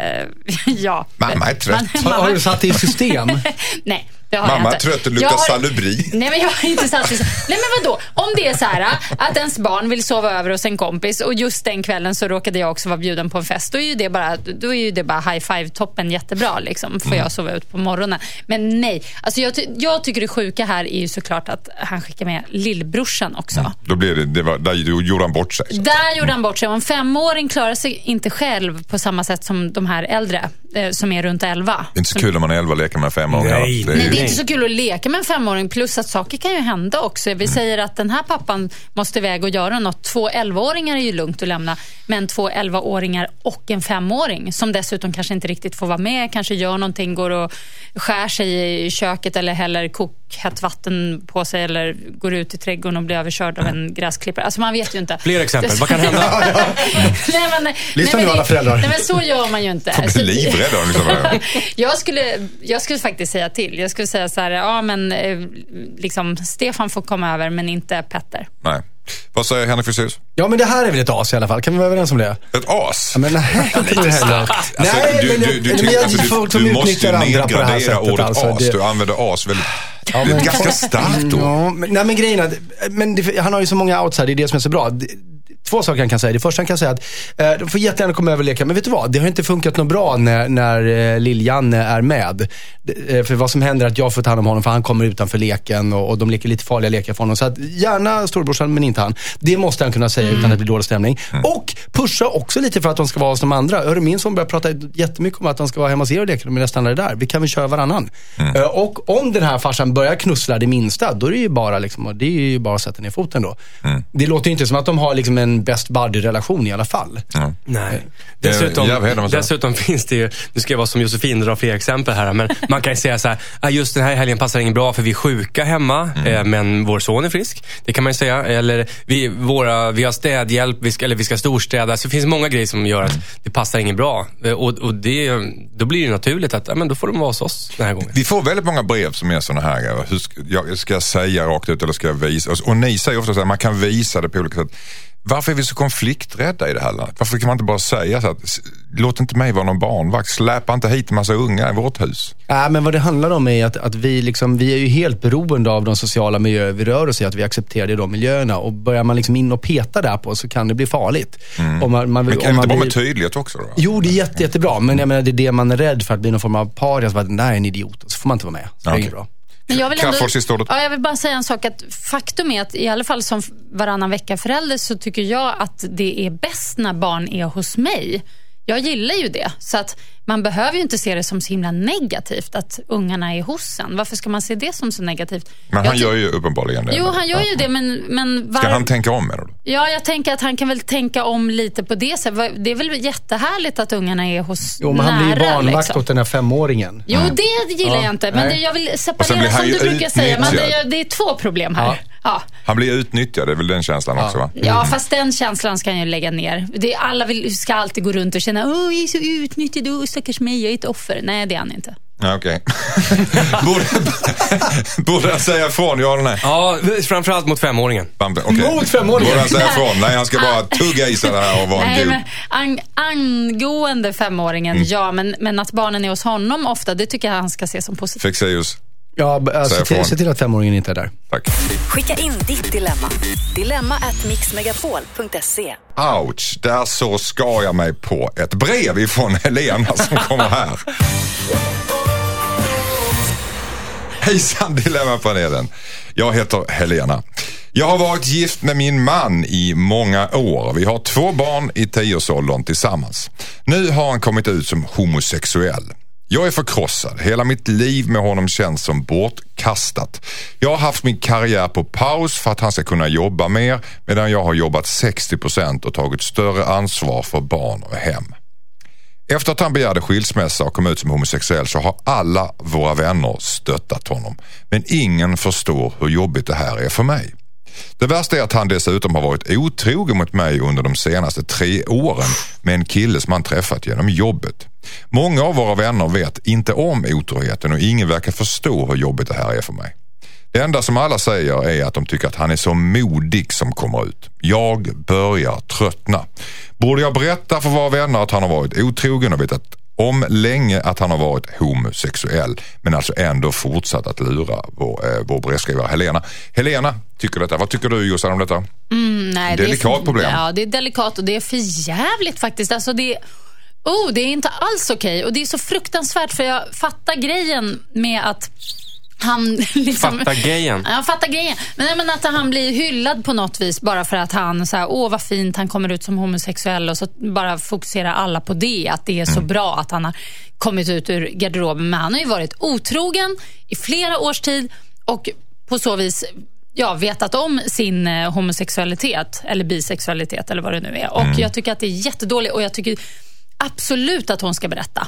eh, ja. Mamma är trött. Man, mamma... Har du satt det i system? Nej. Mamma är trött och luktar har... salubri. Nej, men jag har inte satt det. Nej, men vadå? Om det är så här att ens barn vill sova över hos en kompis och just den kvällen så råkade jag också vara bjuden på en fest, då är ju det bara, då är ju det bara high five toppen jättebra liksom. Får mm. jag sova ut på morgonen. Men nej, alltså jag, ty- jag tycker det sjuka här är ju såklart att han skickar med lillbrorsan också. Mm. Då blev det, det var, där gjorde han bort sig. Så. Där gjorde han bort sig. Och en femåring klarar sig inte själv på samma sätt som de här äldre eh, som är runt elva. Det är inte så kul när man är elva och leker med femåringar. Nej, det är, nej, det är inte så kul att leka med en femåring, plus att saker kan ju hända också. Vi mm. säger att den här pappan måste iväg och göra något. Två elvaåringar är ju lugnt att lämna, men två elvaåringar och en femåring som dessutom kanske inte riktigt får vara med, kanske gör någonting, går och skär sig i köket eller häller kokhett vatten på sig eller går ut i trädgården och blir överkörd av en gräsklippare. Alltså man vet ju inte. Fler exempel, vad kan hända? ja, ja. nej, men, Lyssna nu alla föräldrar. Nej, men så gör man ju inte. Får bli livrädda. Liksom. jag, skulle, jag skulle faktiskt säga till. Jag skulle säga så här, ja men liksom, Stefan får komma över men inte Petter. Nej. Vad säger Henrik Fyrshus? Ja, men det här är väl ett as i alla fall. Kan vi vara överens om det? Ett as? Ja, men nej, inte det heller. Alltså, nej, du, men, du, du, men, du, alltså, folk du, som du måste ju nedgradera ordet alltså, as. det... Du använder as väldigt... Ja, det är men, ett ganska starkt ord. Ja, men, nej, men grejerna... Men det, han har ju så många outs här, det är det som är så bra. Det, två saker han kan säga. Det första han kan säga att eh, de får jättegärna komma över och leka. Men vet du vad? Det har inte funkat något bra när, när eh, Lill-Janne är med. Det, eh, för vad som händer är att jag får ta hand om honom för han kommer utanför leken och, och de leker lite farliga lekar för honom. Så att gärna storebrorsan men inte han. Det måste han kunna säga mm. utan att det blir dålig stämning. Mm. Och pusha också lite för att de ska vara som andra. Hörru, min som börjar prata jättemycket om att de ska vara hemma hos er och leka. De är nästan där. Vi kan väl köra varannan. Mm. Eh, och om den här farsan börjar knussla det minsta, då är det ju bara liksom, det är ju bara att sätta ner foten då. Mm. Det låter ju inte som att de har liksom en best buddy-relation i alla fall. Mm. Nej. Dessutom, ja, dessutom finns det ju, nu ska jag vara som Josefin dra fler exempel här, men man kan ju säga så här, just den här helgen passar ingen bra för vi är sjuka hemma, mm. eh, men vår son är frisk. Det kan man ju säga. Eller vi, våra, vi har städhjälp, vi ska, eller vi ska storstäda. Så det finns många grejer som gör att det passar ingen bra. Och, och det, då blir det naturligt att ja, men då får de vara hos oss den här gången. Vi får väldigt många brev som är såna här. Hur ska jag, ska jag säga rakt ut eller ska jag visa? Och ni säger ofta att man kan visa det på olika sätt. Varför är vi så konflikträdda i det här landet? Varför kan man inte bara säga så att låt inte mig vara någon barnvakt, släpa inte hit en massa unga i vårt hus? Ja, men vad det handlar om är att, att vi, liksom, vi är ju helt beroende av de sociala miljöer vi rör oss i, att vi accepterar det i de miljöerna. Och börjar man liksom in och peta där på så kan det bli farligt. Mm. Om man, man, men kan om det man inte bara blir... med tydlighet också då? Jo, det är jätte, jättebra. Men jag menar, det är det man är rädd för, att bli någon form av paria. Så att nej, en idiot. Så får man inte vara med. Så okay. Det är bra. Men jag vill, ändå, ja, jag vill bara säga en sak, att faktum är att i alla fall som varannan vecka förälder så tycker jag att det är bäst när barn är hos mig. Jag gillar ju det, så att man behöver ju inte se det som så himla negativt att ungarna är hos en. Varför ska man se det som så negativt? Men han ty- gör ju uppenbarligen det. Jo, han gör ju det, men... men var... Ska han tänka om med det då? Ja, jag tänker att han kan väl tänka om lite på det. Så det är väl jättehärligt att ungarna är hos jo, men nära. Han blir ju barnvakt liksom. åt den här femåringen. Jo, det gillar ja. jag inte. Men det, jag vill separera, som du brukar säga. Men det, det är två problem här. Ja. Ja. Han blir utnyttjad, det är väl den känslan ja. också, va? Ja, fast den känslan ska han ju lägga ner. Det, alla vill, ska alltid gå runt och känna, åh, jag är så utnyttjad, åh, stackars mig, jag är ett offer. Nej, det är han inte. Ja, okej. Okay. borde, borde jag säga ifrån, ja eller nej? Ja, framförallt mot femåringen. Okay. Mot femåringen? Borde jag säga ifrån? Nej, han ska bara tugga i sig det här och vara nej, en men ang- angående femåringen, mm. ja, men, men att barnen är hos honom ofta, det tycker jag han ska se som positivt. Fexeus. Ja, se till, se till att femåringen inte är där. Tack. Skicka in ditt dilemma. Dilemma at mixmegapol punkt se. Ouch, där så ska jag mig på ett brev ifrån Helena som kommer här. Hejsan Dilemmapanelen. Jag heter Helena. Jag har varit gift med min man i många år. Vi har två barn i tioårsåldern tillsammans. Nu har han kommit ut som homosexuell. Jag är förkrossad. Hela mitt liv med honom känns som bortkastat. Jag har haft min karriär på paus för att han ska kunna jobba mer, medan jag har jobbat sextio procent och tagit större ansvar för barn och hem. Efter att han begärde skilsmässa och kom ut som homosexuell så har alla våra vänner stöttat honom. Men ingen förstår hur jobbigt det här är för mig. Det värsta är att han dessutom har varit otrogen mot mig under de senaste tre åren med en kille som han träffat genom jobbet. Många av våra vänner vet inte om otroheten och ingen verkar förstå hur jobbigt det här är för mig. Det enda som alla säger är att de tycker att han är så modig som kommer ut. Jag börjar tröttna. Borde jag berätta för våra vänner att han har varit otrogen och vetat om länge att han har varit homosexuell, men alltså ändå fortsatt att lura vår, eh, vår brevskrivare Helena. Helena tycker detta. Vad tycker du, Jossan, om detta? Mm, nej, delikat det är för, problem. Ja, det är delikat och det är för jävligt faktiskt. Alltså det, oh, det är inte alls okej. Och det är så fruktansvärt, för jag fattar grejen med att han liksom, fattar grejen. Ja, fattar grejen. Men jag menar att han blir hyllad på något vis bara för att han så här, åh vad fint, han kommer ut som homosexuell, och så bara fokuserar alla på det, att det är så mm. bra att han har kommit ut ur garderoben. Men han har ju varit otrogen i flera års tid och på så vis ja, vetat om sin eh, homosexualitet eller bisexualitet eller vad det nu är. Och mm. jag tycker att det är jättedåligt, och jag tycker absolut att hon ska berätta.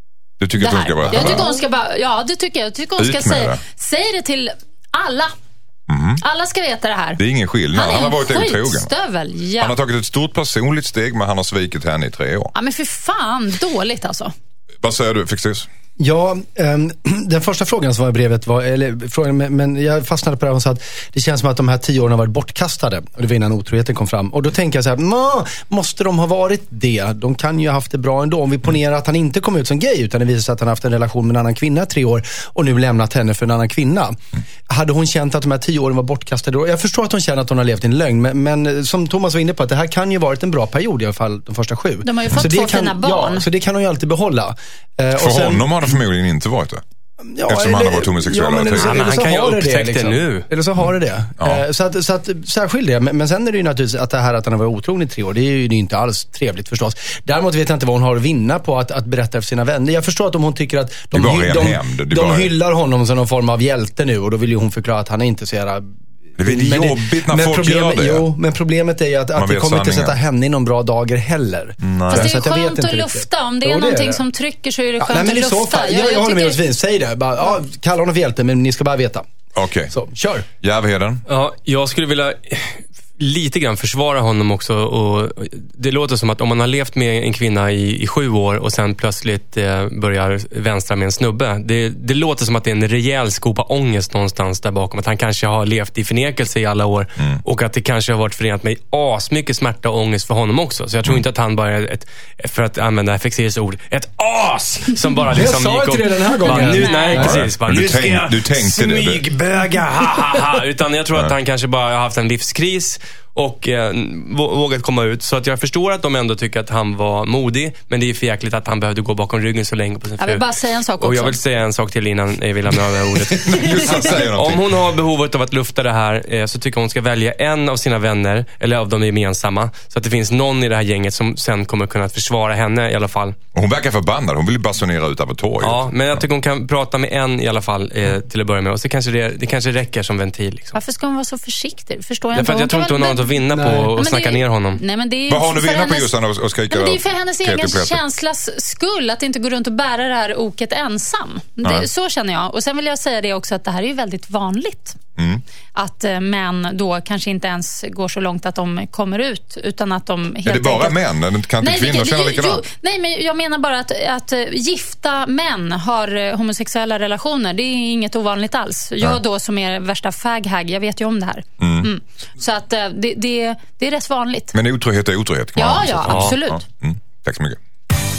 Du tycker att hon ska berätta? Jag tycker hon ska bara, ja, det tycker jag. Jag tycker hon ska säga, säg det till alla. Mm. Alla ska veta det här. Det är ingen skillnad. Han, han har varit otrogen. Ja. Han har tagit ett stort personligt steg, men han har svikit henne i tre år. Ja, men för fan, dåligt alltså. Vad säger du, Fixus? Ja, um, den första frågan som var i brevet var, eller frågan, men jag fastnade på det och sa att det känns som att de här tio åren har varit bortkastade, och det var innan otroheten kom fram. Och då tänker jag så här, måste de ha varit det? De kan ju ha haft det bra ändå. Om vi ponerar att han inte kom ut som gay, utan det visar sig att han haft en relation med en annan kvinna i tre år och nu lämnat henne för en annan kvinna. Mm. Hade hon känt att de här tio åren var bortkastade då? Jag förstår att hon känner att hon har levt i en lögn, men, men som Thomas var inne på, att det här kan ju varit en bra period i alla fall, de första sju. De har ju fått så två det kan, fina barn. Ja, så det kan hon ju alltid behålla. För och sen, honom har det förmodligen inte varit det. Ja, eftersom eller, han har varit homosexuell. Ja, eller så, eller han så kan ju har det upptäcka det, liksom. det nu. Eller så har det det. Ja. Så att, så att särskilt det. Men, men sen är det ju naturligtvis att det här att han har varit otrogen i tre år, det är ju det är inte alls trevligt förstås. Däremot vet jag inte vad hon har att vinna på att, att berätta för sina vänner. Jag förstår att om hon tycker att de, hy, de, de, de hyllar honom som någon form av hjälte nu, och då vill ju hon förklara att han är inte så jävla... Det är men jobbigt när men folk problem, gör det. Jo, men problemet är ju att, att det kommer inte sätta henne i någon bra dagar heller. Nej. Fast det är ju skönt att lufta. Om det är jo, någonting det är det. Som trycker så är det skönt ja, nej, men att lufta. Fall, jag, jag, jag håller med oss Vin, säg det. Bara, ja, kalla honom för hjälte, men ni ska bara veta. Okej. Okay. Så, kör. Järvheden. Ja, jag skulle vilja lite grann försvara honom också, och det låter som att om man har levt med en kvinna i, i sju år och sen plötsligt eh, börjar vänstra med en snubbe, det, det låter som att det är en rejäl skopa ångest någonstans där bakom, att han kanske har levt i förnekelse i alla år mm. och att det kanske har varit förenat med asmycket smärta och ångest för honom också, så jag tror mm. inte att han bara är ett, för att använda Fexeus ord, ett as som bara liksom jag sa gick inte det den här gången. Bara, nu, nej, precis. Bara, du, nu ska tänk, jag du tänkte smygböga, ha, ha, ha. Utan jag tror att han kanske bara har haft en livskris och eh, vågat komma ut. Så att jag förstår att de ändå tycker att han var modig, men det är för jäkligt att han behövde gå bakom ryggen så länge på sin fru. Jag vill bara säga en sak också. Och jag vill säga en sak till innan jag vill lämna över ordet. Om hon har behovet av att lufta det här eh, så tycker hon ska välja en av sina vänner, eller av de gemensamma, så att det finns någon i det här gänget som sen kommer kunna försvara henne i alla fall. Och hon verkar förbannad, hon vill ju basunera ut över torget. Ja, men jag tycker hon kan prata med en i alla fall eh, till att börja med, och så kanske det, det kanske räcker som ventil liksom. Varför ska hon vara så försiktig? Förstår jag inte. För jag tror inte hon har något att vinna nej. på och snacka ner honom. Nej, men det är vad har du vinna hennes, på just och, och skrika? Nej, men det är för hennes egen känslas skull att inte gå runt och bära det här oket ensam. Det, så känner jag. Och sen vill jag säga det också, att det här är ju väldigt vanligt Mm. Att eh, män då kanske inte ens går så långt att de kommer ut, utan att de helt Är det bara enkelt... män? Kan inte Nej, kvinnor det, känna det, likadant? jo, nej, men jag menar bara att, att uh, gifta män har uh, homosexuella relationer. Det är inget ovanligt alls. Jag Nej. då som är värsta faghag, jag vet ju om det här. Mm. Mm. Så att uh, det, det, det är rätt vanligt. Men otrohet är otrohet, kan man Ja, säga. ja, absolut. Ja. Mm. Tack så mycket.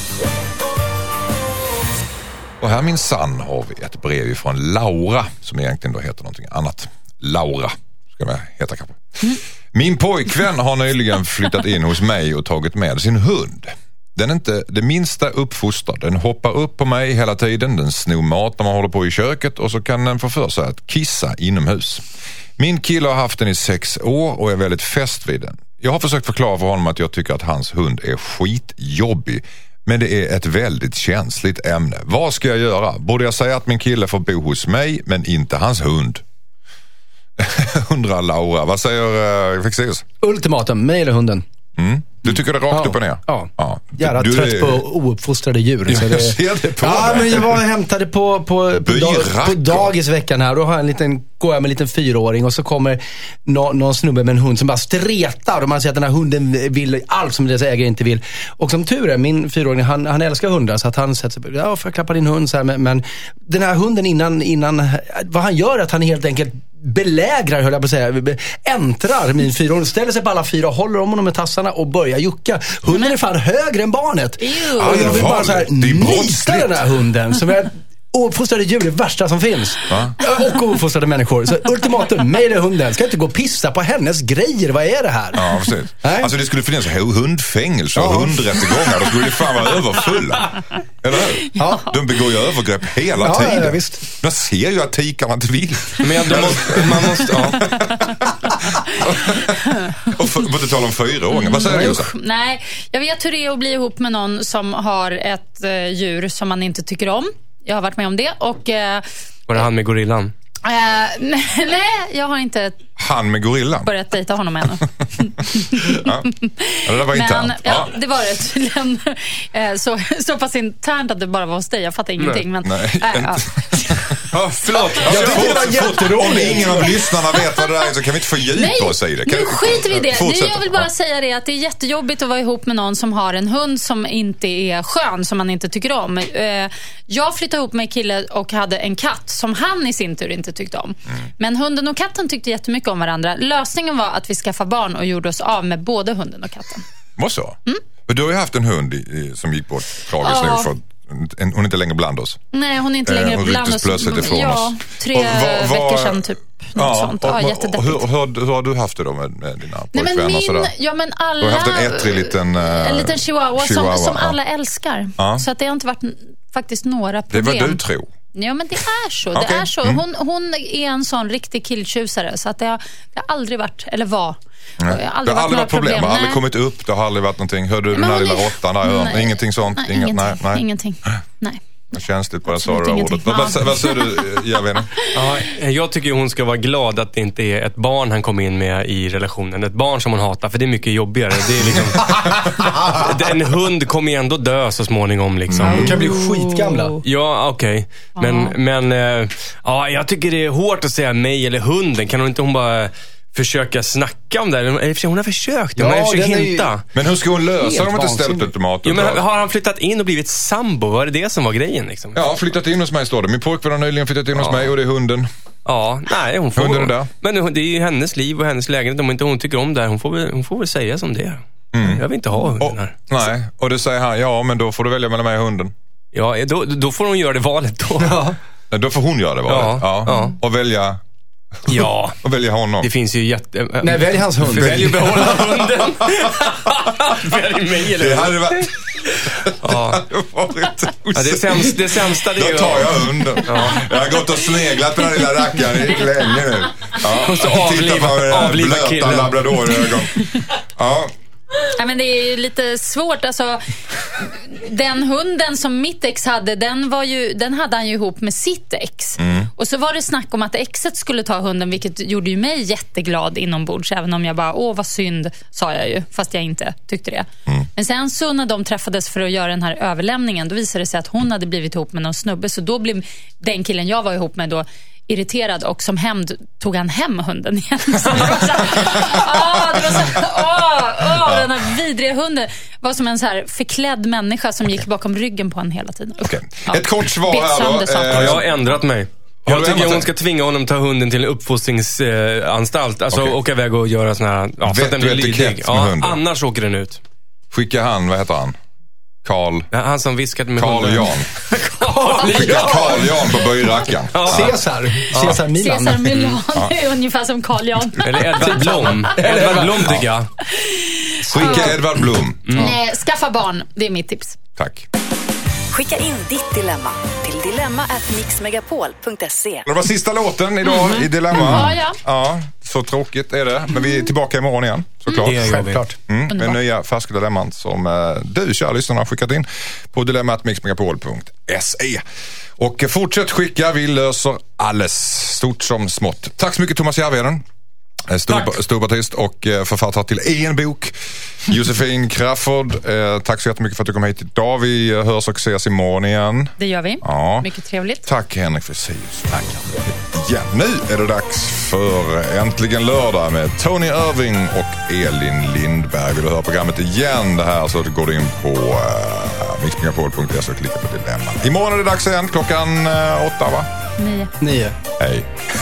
Och här minsann har vi ett brev från Laura, som egentligen då heter någonting annat. Laura ska det heta kanske. Mm. Min pojkvän har nyligen flyttat in hos mig och tagit med sin hund. Den är inte det minsta uppfostrad. Den hoppar upp på mig hela tiden. Den snor mat när man håller på i köket och så kan den få för sig att kissa inomhus. Min kille har haft den i sex år och är väldigt fäst vid den. Jag har försökt förklara för honom att jag tycker att hans hund är skitjobbig. Men det är ett väldigt känsligt ämne. Vad ska jag göra? Borde jag säga att min kille får bo hos mig men inte hans hund? Undrar Laura. Vad säger uh, Fexeus? Ultimatum, mig eller hunden. Mm. Du tycker det rakt ja. upp och ner? Ja. ja. Jävla du, trött du, på ouppfostrade djur. Ja, så det... jag ser det på Ja, dig. men jag var och hämtade på, på, på, dag, på dagis veckan här. Då har jag en liten, går jag med en liten fyraåring och så kommer no, någon snubbe med en hund som bara stretar. Och man säger att den här hunden vill allt som deras ägare inte vill. Och som tur är, min fyraåring, han, han älskar hundar. Så att han sätter sig, ja, får jag klappa din hund? Så här, men, men den här hunden innan, innan, vad han gör är att han helt enkelt belägrar, höll jag på att säga, äntrar min fyraåring, ställer sig på alla fyra, håller om honom med tassarna och börjar jucka. Hunden är fan högre än barnet. Ew. Och jag vill bara så här nita brottsligt. den här hunden som är ouppfostrade djur, det värsta som finns. Va? Och ouppfostrade människor. Så ultimatum, mig eller hunden. Ska inte gå och pissa på hennes grejer. Vad är det här? Ja, precis. Nej. Alltså det skulle finnas hundfängelse och Ja. hundrättegångar. Då skulle det fan vara överfulla. Eller hur? Ja. De begår ju övergrepp hela Ja, tiden. ja, visst. Man ser ju att tikarna inte vill. Men jag, de måste, man måste, ja. Och för, på tal om fyraåringar. Vad säger du, Josef? Nej, jag vet hur det är att bli ihop med någon som har ett eh, djur som man inte tycker om. Jag har varit med om det och... Eh, Var det han med gorillan? eh, nej, nej, jag har inte Han med gorillan. börjat dejta honom ännu. Ja. Ja, det där var internt. Men, ja, det var det tydligen. Eh, så, så pass internt att det bara var hos dig. Jag fattar ingenting. Men, Nej, äh, ja. Ja, förlåt. Ja, tyckte det var fort, fort. jätteroligt. Om ingen av lyssnarna vet vad det är så kan vi inte fördjupa Nej, oss i det. Kan nu vi- skiter vi i det. Fortsätt. Nej, jag vill bara Ja. säga det att det är jättejobbigt att vara ihop med någon som har en hund som inte är skön, som man inte tycker om. Eh, Jag flyttade ihop med en kille och hade en katt som han i sin tur inte tyckte om. Mm. Men hunden och katten tyckte jättemycket om varandra. Lösningen var att vi skaffade barn och gjorde oss av med både hunden och katten. Vad så? Mm. Du har ju haft en hund i, i, som gick bort tragiskt Ja. nu för en, hon är inte längre bland oss. Nej, hon är inte Eh, längre hon bland rycktes oss. plötsligt ifrån ja, oss. tre Och vad- vad- veckor sedan typ. Något sånt. Ja, och, och, jättedeppigt. hur, hur, hur har du haft det då med, med dina Nej, men pojkvänner? min, Sådär? ja, men alla, Du har haft en ettrig liten, eh, en liten chihuahua, chihuahua, som, som ja. alla älskar. Ja. Så att det har inte varit n- faktiskt några Det problem. är vad du tror. Ja, men det är så. Okej. Det är så. Mm. Hon, hon är en sån riktig killtjusare. Så att det, har, det har aldrig varit, eller var. Nej. Det har aldrig Det har aldrig några varit problem, det har aldrig Nej. kommit upp, det har aldrig varit någonting. Hörde du den Men här hon lilla är- råttan där? Nej. Ingenting sånt? Nej, Inget, ingenting. nej, nej. Ingenting. Nej. Vad känsligt på det sa Absolut du ingenting. ordet. Vad, vad, vad säger du, Javene? Ja, jag tycker hon ska vara glad att det inte är ett barn han kommer in med i relationen. Ett barn som hon hatar, för det är mycket jobbigare. Det är liksom, en hund kommer ju ändå dö så småningom. Liksom. De kan bli skitgamla. Ja, okej. Men, men eh, ja, jag tycker det är hårt att säga mig eller hunden. Kan hon inte hon bara försöka snacka om det? Eller, i och för sig, hon har försökt. Hon Ja, har försökt den är ju- hinta. Men hur ska hon lösa Helt om hon inte ställt vansinnigt. ultimatum? Jo, men har han flyttat in och blivit sambo? Var det det som var grejen? Liksom? Ja, flyttat in hos mig står det. Min pojkvän har nyligen flyttat in hos mig och det är hunden. Ja, nej, hon får... Hunden är där. Men hon- det är ju hennes liv och hennes lägenhet. Om inte hon tycker om det här, hon får väl, hon får väl säga som det är. Jag vill inte ha hunden Och, här. nej, och det säger han, ja men då får du välja mellan mig och hunden. Ja, då, då får hon göra det valet då. Ja. Nej, då får hon göra det valet. Ja, Ja. ja. Och välja, Ja, och välja honom. det finns ju jätte... Nej, välj hans hund. Välj att behålla hunden. Välj mig eller Det hur? hade varit... Ja. det varit Ja, det, sämst, det sämsta det är Då tar jag hunden. Jag har gått och sneglat på den lilla rackaren i länge nu. Ja. Och så avliva- Titta på den här avliva blöta killen. labradorögon. Ja. Ja, men det är ju lite svårt. Alltså, den hunden som mitt ex hade, den, var ju, den hade han ju ihop med sitt ex. Mm. Och så var det snack om att exet skulle ta hunden, vilket gjorde ju mig jätteglad inombords. Även om jag bara, åh vad synd, sa jag ju. Fast jag inte tyckte det. Mm. Men sen så när de träffades för att göra den här överlämningen, då visade det sig att hon hade blivit ihop med någon snubbe. Så då blev den killen jag var ihop med då irriterad och som hämnd tog han hem hunden igen. Så det var så här, åh, det var så här, åh, åh, den här vidriga hunden var som en så här förklädd människa som okay. gick bakom ryggen på honom hela tiden. Okay. Ja. Ett kort svar här då. Ja, jag har ändrat mig. Jag tycker att hon ska tvinga honom att ta hunden till en uppfostringsanstalt. Alltså okay. åka iväg och göra såna här... Ja, så att den blir lydig. Ja, annars åker den ut. Skicka han, vad heter han? Karl... Ja, han som viskade med Karl Jan. Karl Jan. Karl Jan på böjrackan. Ja. Cesar. Cesar Milan. Cesar Milan. Ja. Det är ungefär som Karl Jan. Eller Edvard Blom. Edvard Blom tycker jag. Skicka Edvard Blom. Mm. Nej, skaffa barn. Det är mitt tips. Tack. Skicka in ditt dilemma till dilemma at mixmegapol punkt se. Det var sista låten idag mm. i Dilemma. Ja, ja. Ja, så tråkigt är det. Men vi är tillbaka imorgon igen, såklart. Mm. Självklart. Mm. Med nya färska dilemman som uh, du, kära lyssnarna, har skickat in på dilemma at mixmegapol punkt se. Och uh, fortsätt skicka, vi löser alles, stort som smått. Tack så mycket, Thomas Järvheden. Stor, storpartist och eh, författare till en bok, Josefin Crafoord. Eh, tack så jättemycket för att du kom hit idag. Vi hörs och ses imorgon igen. Det gör vi. Ja. Mycket trevligt. Tack Henrik Fexeus. Tack. Ja, nu är det dags för Äntligen lördag med Tony Irving och Elin Lindberg. Du hör programmet igen det här, så går du in på uh, mixmegapol punkt se och klickar på dilemma. Imorgon är det dags igen klockan uh, åtta, va? Nio. Nio. Hej.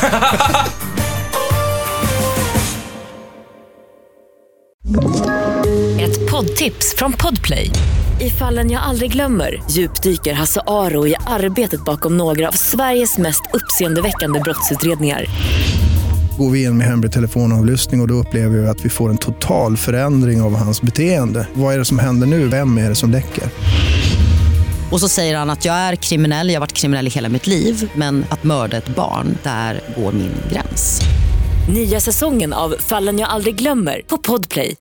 Ett poddtips från Podplay. I Fallen jag aldrig glömmer djupdyker Hasse Aro i arbetet bakom några av Sveriges mest uppseendeväckande brottsutredningar. Går vi in med hemlig telefonavlyssning och då upplever vi att vi får en total förändring av hans beteende. Vad är det som händer nu? Vem är det som läcker? Och så säger han att jag är kriminell, jag har varit kriminell i hela mitt liv, men att mörda ett barn, där går min gräns. Nya säsongen av Fallen jag aldrig glömmer på Podplay.